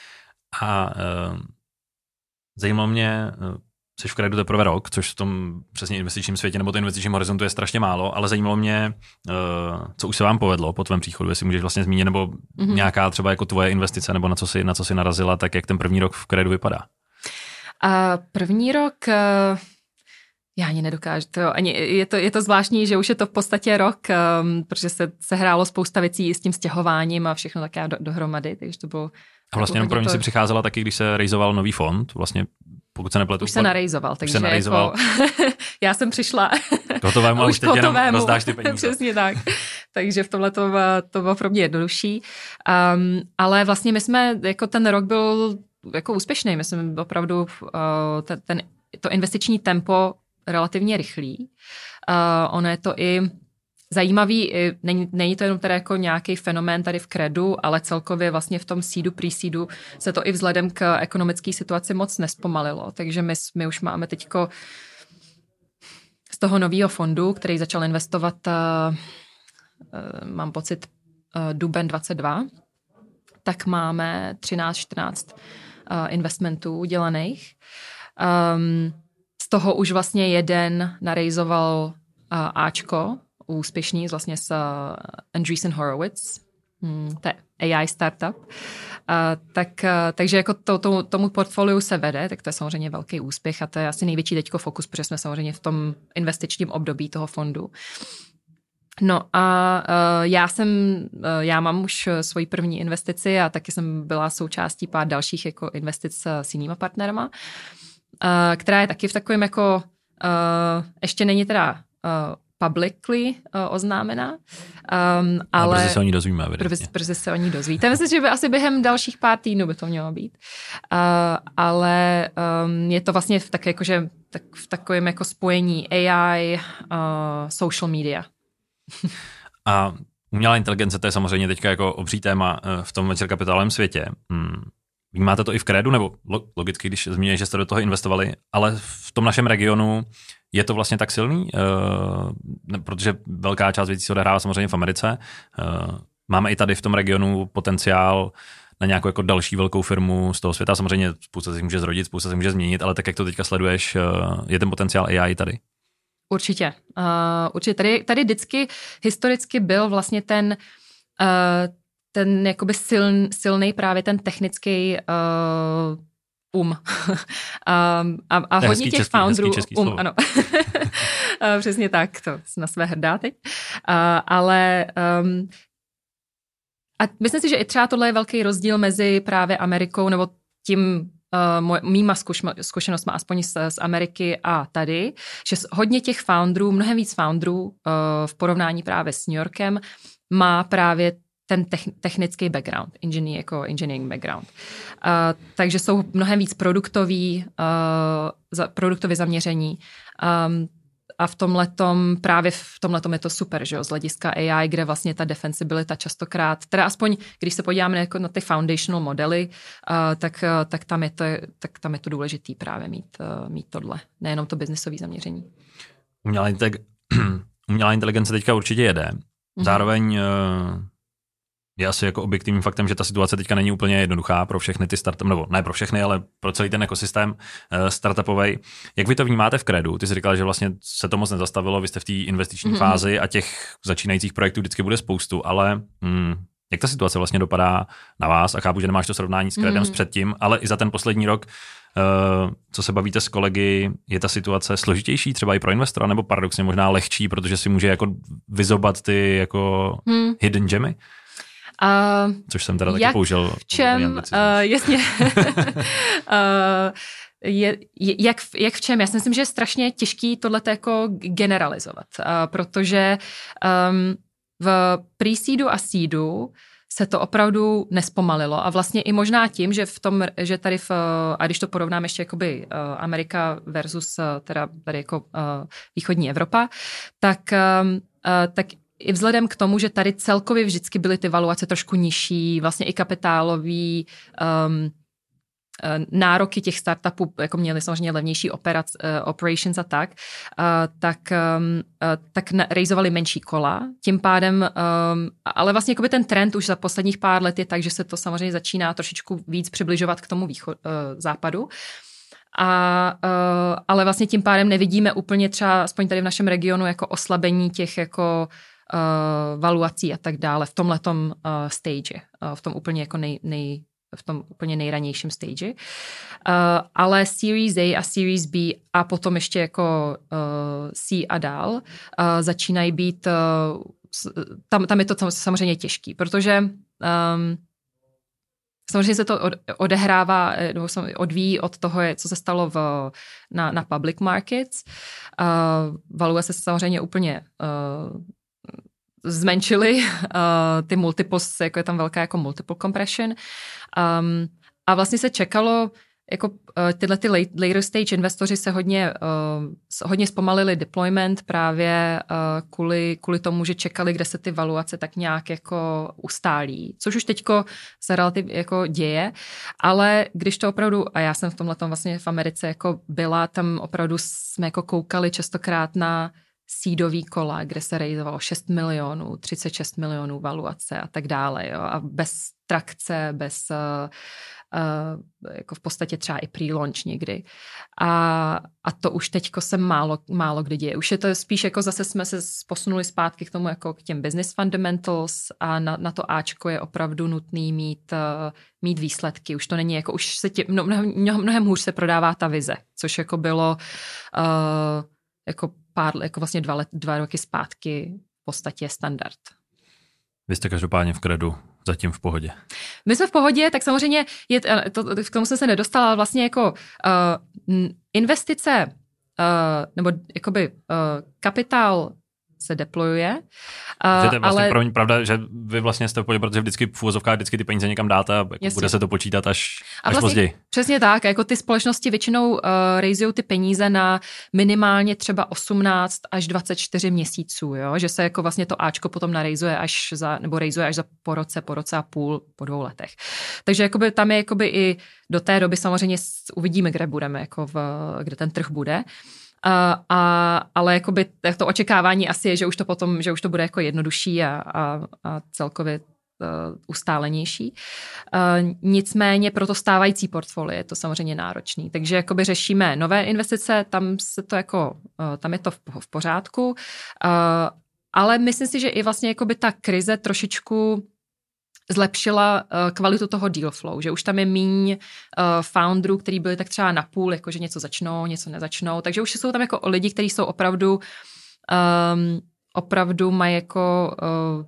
A uh, zajímalo mě, uh, jsi v Kredu teprve rok, což v tom přesně investičním světě nebo to investičním horizontu je strašně málo, ale zajímalo mě, uh, co už se vám povedlo po tvém příchodu, jestli můžeš vlastně zmínit, nebo mm-hmm. nějaká třeba jako tvoje investice, nebo na co jsi, na co jsi narazila, tak jak ten první rok v Kredu vypadá? Uh, první rok... Uh... Já ani nedokážu. To, ani, je, to, je to zvláštní, že už je to v podstatě rok, um, protože se, se hrálo spousta věcí s tím stěhováním a všechno také do, dohromady, takže to bylo... A vlastně jenom pro mě to... si přicházela taky, když se rejzoval nový fond, vlastně pokud se nepletu. Už se narejzoval, takže se narejzoval. Jako, já jsem přišla hotovému a už teď jenom rozdáš ty peníze. Přesně tak. Takže v tomhle to, to bylo pro mě jednodušší. Um, ale vlastně my jsme, jako ten rok byl jako úspěšný, myslím opravdu uh, ten, ten, to investiční tempo relativně rychlý. Uh, ono je to i zajímavý, není, není to jenom teda jako nějaký fenomén tady v Kredu, ale celkově vlastně v tom seedu, pre-seedu se to i vzhledem k ekonomické situaci moc nespomalilo. Takže my, my už máme teďko z toho nového fondu, který začal investovat, uh, uh, mám pocit, uh, duben dvacet dva, tak máme třináct čtrnáct uh, investmentů udělaných. Um, z toho už vlastně jeden narejzoval uh, Ačko, úspěšný vlastně s uh, Andreessen Horowitz, hmm, to je A I startup. Uh, tak, uh, takže jako to, to, tomu portfoliu se vede, tak to je samozřejmě velký úspěch a to je asi největší teďko fokus, protože jsme samozřejmě v tom investičním období toho fondu. No a uh, já jsem, uh, já mám už svoji první investici a taky jsem byla součástí pár dalších jako investic s jinýma partnerama, uh, která je taky v takovém jako, uh, ještě není teda uh, publicly uh, oznámena. Um, ale brzy se o ní dozvíme, evidentně. Brzy, brzy se o ní dozvíte. Myslím, že by asi během dalších pár týdnů by to mělo být. Uh, ale um, je to vlastně v, tak, jakože, tak, v takovém jako spojení A I, uh, social media. A umělá inteligence, to je samozřejmě teďka jako obří téma v tom venture kapitálovém světě. Hmm. Vnímáte to i v Kredu, nebo logicky, když zmíníte, že jste do toho investovali, ale v tom našem regionu je to vlastně tak silný, uh, ne, protože velká část věcí se odehrává samozřejmě v Americe. Uh, máme i tady v tom regionu potenciál na nějakou jako další velkou firmu z toho světa. Samozřejmě spousta se může zrodit, spousta se může změnit, ale tak, jak to teďka sleduješ, uh, je ten potenciál A I tady? Určitě. Uh, určitě. Tady, tady vždycky historicky byl vlastně ten uh, ten jakoby siln, silný právě ten technický uh, um. um a a hodně hezký těch český, founderů, hezký český um, slovo. ano. Přesně tak, to jsem na své hrdá teď. Uh, ale um, a myslím si, že i třeba tohle je velký rozdíl mezi právě Amerikou nebo tím Uh, mýma zkušenostma, aspoň z, z Ameriky a tady, že hodně těch founderů, mnohem víc founderů uh, v porovnání právě s New Yorkem má právě ten technický background, engineer, jako engineering background. Uh, takže jsou mnohem víc produktoví, uh, za, produktově zaměření. Um, a v tomhletom, právě v tomhletom je to super, že jo, z hlediska A I, kde vlastně ta defensibilita častokrát, teda aspoň, když se podíváme jako na ty foundational modely, uh, tak, uh, tak, tam je to, tak tam je to důležitý právě mít, uh, mít tohle, nejenom to biznisové zaměření. Umělá, integ- umělá inteligence teďka určitě jede. Zároveň uh, je asi jako objektivním faktem, že ta situace teďka není úplně jednoduchá pro všechny ty startupy, nebo ne pro všechny, ale pro celý ten ekosystém uh, startupový. Jak vy to vnímáte v Credu? Ty jsi říkala, že vlastně se to moc nezastavilo, vy jste v té investiční mm-hmm. fázi a těch začínajících projektů vždycky bude spoustu, ale hmm, jak ta situace vlastně dopadá na vás? A chápu, že nemáš to srovnání s Credem mm-hmm. s předtím, ale i za ten poslední rok, uh, co se bavíte s kolegy, je ta situace složitější třeba i pro investora, nebo paradoxně možná lehčí, protože si může jako vyzobat ty jako mm. hidden gemy? Uh, Což jsem teda taky použil. V čem, uh, jasně. uh, je, jak, jak v čem? Já si myslím, že je strašně těžký tohleto jako generalizovat, uh, protože um, v pre-seedu a seedu se to opravdu nespomalilo a vlastně i možná tím, že v tom, že tady v, a když to porovnáme ještě jakoby Amerika versus teda tady jako uh, východní Evropa, tak, um, uh, tak i vzhledem k tomu, že tady celkově vždycky byly ty valuace trošku nižší, vlastně i kapitálový um, nároky těch startupů, jako měli samozřejmě levnější operac, uh, operations a tak, uh, tak, um, uh, tak rejzovali menší kola. Tím pádem, um, ale vlastně jakoby ten trend už za posledních pár let je tak, že se to samozřejmě začíná trošičku víc přibližovat k tomu východ, uh, západu. A, uh, ale vlastně tím pádem nevidíme úplně třeba, aspoň tady v našem regionu, jako oslabení těch jako uh, valuací a tak dále v tomhletom uh, stage, uh, v tom úplně jako nej, nej v tom úplně nejranějším stage. Uh, ale Series A a Series B a potom ještě jako uh, C a dál uh, začínají být, uh, tam, tam je to samozřejmě těžký, protože um, samozřejmě se to odehrává, nebo odvíjí od toho, co se stalo v, na, na public markets. Uh, valuje se samozřejmě úplně uh, zmenšily uh, ty multiples, jako je tam velká jako multiple compression. Um, a vlastně se čekalo, jako uh, tyhle ty later stage investoři se hodně, uh, hodně zpomalili deployment právě uh, kvůli, kvůli tomu, že čekali, kde se ty valuace tak nějak jako ustálí, což už teďko se relativně jako děje, ale když to opravdu, a já jsem v tomhletom vlastně v Americe jako byla, tam opravdu jsme jako koukali častokrát na seedový kola, kde se rejzovalo šest milionů, třicet šest milionů valuace a tak dále, jo, a bez trakce, bez uh, uh, jako v podstatě třeba i pre-launch někdy. A, a to už teďko se málo, málo kdy děje. Už je to spíš jako zase jsme se posunuli zpátky k tomu jako k těm business fundamentals a na, na to Ačko je opravdu nutný mít, uh, mít výsledky. Už to není jako, už se tě, mnohem, mnohem, mnohem hůř se prodává ta vize, což jako bylo uh, jako pár, jako vlastně dva, let, dva roky zpátky v podstatě standard. Vy jste každopádně v Credu zatím v pohodě. My jsme v pohodě, tak samozřejmě je, to, k tomu jsem se nedostala, ale vlastně jako uh, investice uh, nebo jakoby uh, kapitál se deployuje. Uh, to je vlastně ale... pro mě pravda, že vy vlastně jste v pohodě, protože vždycky v úvozovkách vždycky ty peníze někam dáte a jako bude se to počítat až, až vlastně, později. Přesně tak, jako ty společnosti většinou uh, rejzují ty peníze na minimálně třeba osmnáct až dvacet čtyři měsíců, jo? Že se jako vlastně to Ačko potom narejzuje až za, nebo rejzuje až za po roce, po roce a půl, po dvou letech. Takže jakoby tam je jakoby i do té doby samozřejmě uvidíme, kde budeme, jako v, kde ten trh bude. Uh, a, ale jakoby to očekávání asi je, že už to potom, že už to bude jako jednodušší a, a, a celkově uh, ustálenější. Uh, nicméně pro to stávající portfolio je to samozřejmě náročný. Takže jakoby řešíme nové investice, tam se to jako, uh, tam je to v, v pořádku. Uh, ale myslím si, že i vlastně jakoby ta krize trošičku zlepšila uh, kvalitu toho deal flow, že už tam je míň uh, founderů, který byli tak třeba napůl, jako že něco začnou, něco nezačnou, takže už jsou tam jako lidi, kteří jsou opravdu um, opravdu mají jako uh,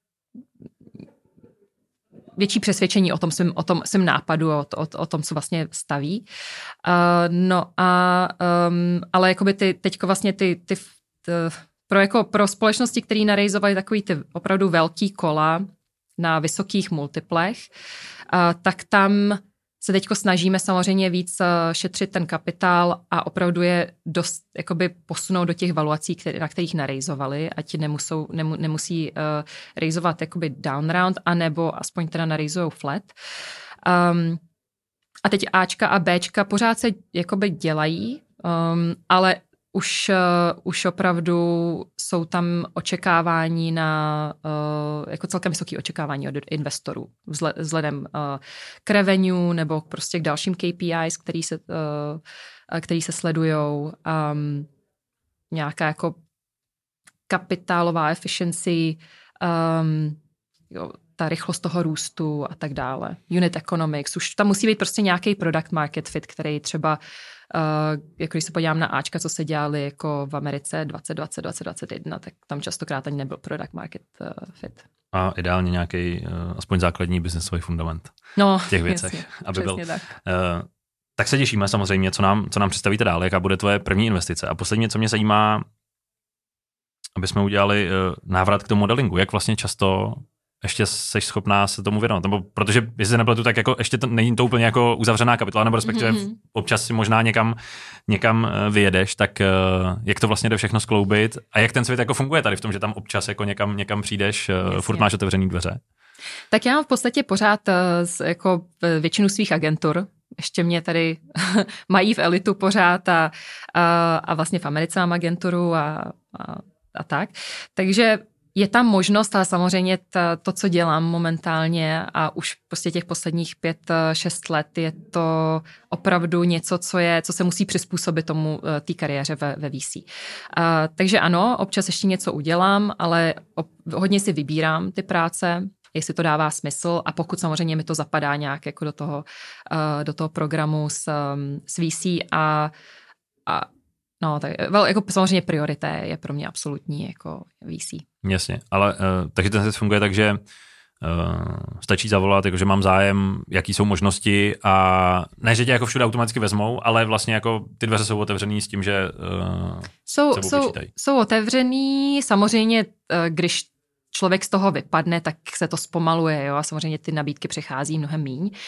větší přesvědčení o tom svým, o tom svým nápadu, o, o, o tom, co vlastně staví. Uh, no a um, ale jakoby ty, teďko vlastně ty, ty, ty pro, jako, pro společnosti, které narejzovaly takový ty opravdu velký kola na vysokých multiplech, tak tam se teďko snažíme samozřejmě víc šetřit ten kapitál a opravdu je dost jakoby posunout do těch valuací, které, na kterých narejzovali, ať nemusou, nemu, nemusí uh, rejzovat jakoby down round, anebo aspoň teda narejzujou flat. Um, a teď Ačka a Bčka pořád se jakoby dělají, um, ale Už, uh, už opravdu jsou tam očekávání na, uh, jako celkem vysoké očekávání od investorů vzhled, vzhledem uh, k revenue nebo prostě k dalším K P Is, který se, uh, který se sledujou. Um, nějaká jako kapitálová efficiency, um, jo, ta rychlost toho růstu a tak dále. Unit economics. Už tam musí být prostě nějaký product market fit, který třeba Uh, jako když se podívám na Ačka, co se dělali jako v Americe dvacet dvacet, dvacet dvacet jedna, tak tam častokrát ani nebyl product market uh, fit. A ideálně nějaký uh, aspoň základní businessový fundament no, v těch věcech. Jasně, aby byl. tak. Uh, tak se těšíme samozřejmě, co nám, co nám představíte dál, jaká bude tvoje první investice. A posledně, co mě zajímá, aby jsme udělali uh, návrat k tomu modelingu, jak vlastně často ještě jsi schopná se tomu věnovat, nebo protože jestli se nepletu, tak jako ještě to není to úplně jako uzavřená kapitola, nebo respektive mm-hmm. občas si možná někam, někam vyjedeš, tak jak to vlastně jde všechno skloubit a jak ten svět jako funguje tady v tom, že tam občas jako někam, někam přijdeš, Jasně. furt máš otevřený dveře? Tak já mám v podstatě pořád jako většinu svých agentur, ještě mě tady mají v Elitu pořád a, a, a vlastně v Americe mám agenturu a, a, a tak, takže je tam možnost, ale samozřejmě ta, to, co dělám momentálně a už prostě těch posledních pět, šest let, je to opravdu něco, co je, co se musí přizpůsobit tomu té kariéře ve, ve V C. Uh, takže ano, občas ještě něco udělám, ale ob, hodně si vybírám ty práce, jestli to dává smysl a pokud samozřejmě mi to zapadá nějak jako do toho, uh, do toho programu s, um, s V C a, a no, tak, well, jako samozřejmě priorita je pro mě absolutní jako V C. Jasně, ale uh, takže ten svět funguje tak, že uh, stačí zavolat, jakože mám zájem, jaký jsou možnosti a ne, že tě jako všude automaticky vezmou, ale vlastně jako ty dveře jsou otevřený s tím, že uh, jsou, jsou, jsou otevřený, samozřejmě, uh, když člověk z toho vypadne, tak se to zpomaluje, jo, a samozřejmě ty nabídky přichází mnohem míň. Uh,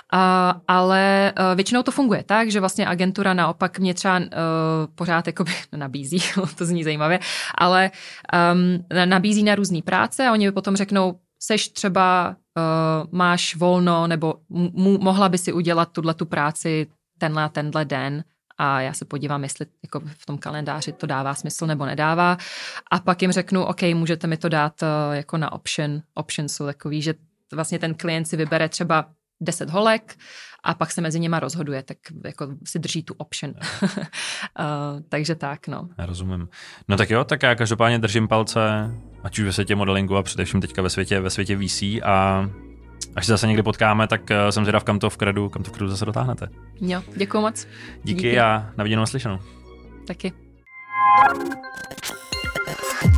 ale uh, většinou to funguje tak, že vlastně agentura naopak mě třeba uh, pořád jakoby nabízí, to zní zajímavě, ale um, nabízí na různý práce a oni potom řeknou, seš třeba, uh, máš volno, nebo m- mohla by si udělat tuhletu práci tenhle a tenhle den, a já se podívám, jestli jako v tom kalendáři to dává smysl nebo nedává. A pak jim řeknu, OK, můžete mi to dát uh, jako na option. Option jsou takový, že vlastně ten klient si vybere třeba deset holek a pak se mezi nima rozhoduje, tak jako si drží tu option. uh, takže tak, no. Já rozumím. No tak jo, tak já každopádně držím palce, ať už ve světě modelingu a především teďka ve světě, ve světě V C a až se zase někdy potkáme, tak jsem zvědav, kam to v kredu, kam to v kredu zase dotáhnete. Jo, děkuju moc. Díky, Díky. A na viděnou a slyšenou. Taky.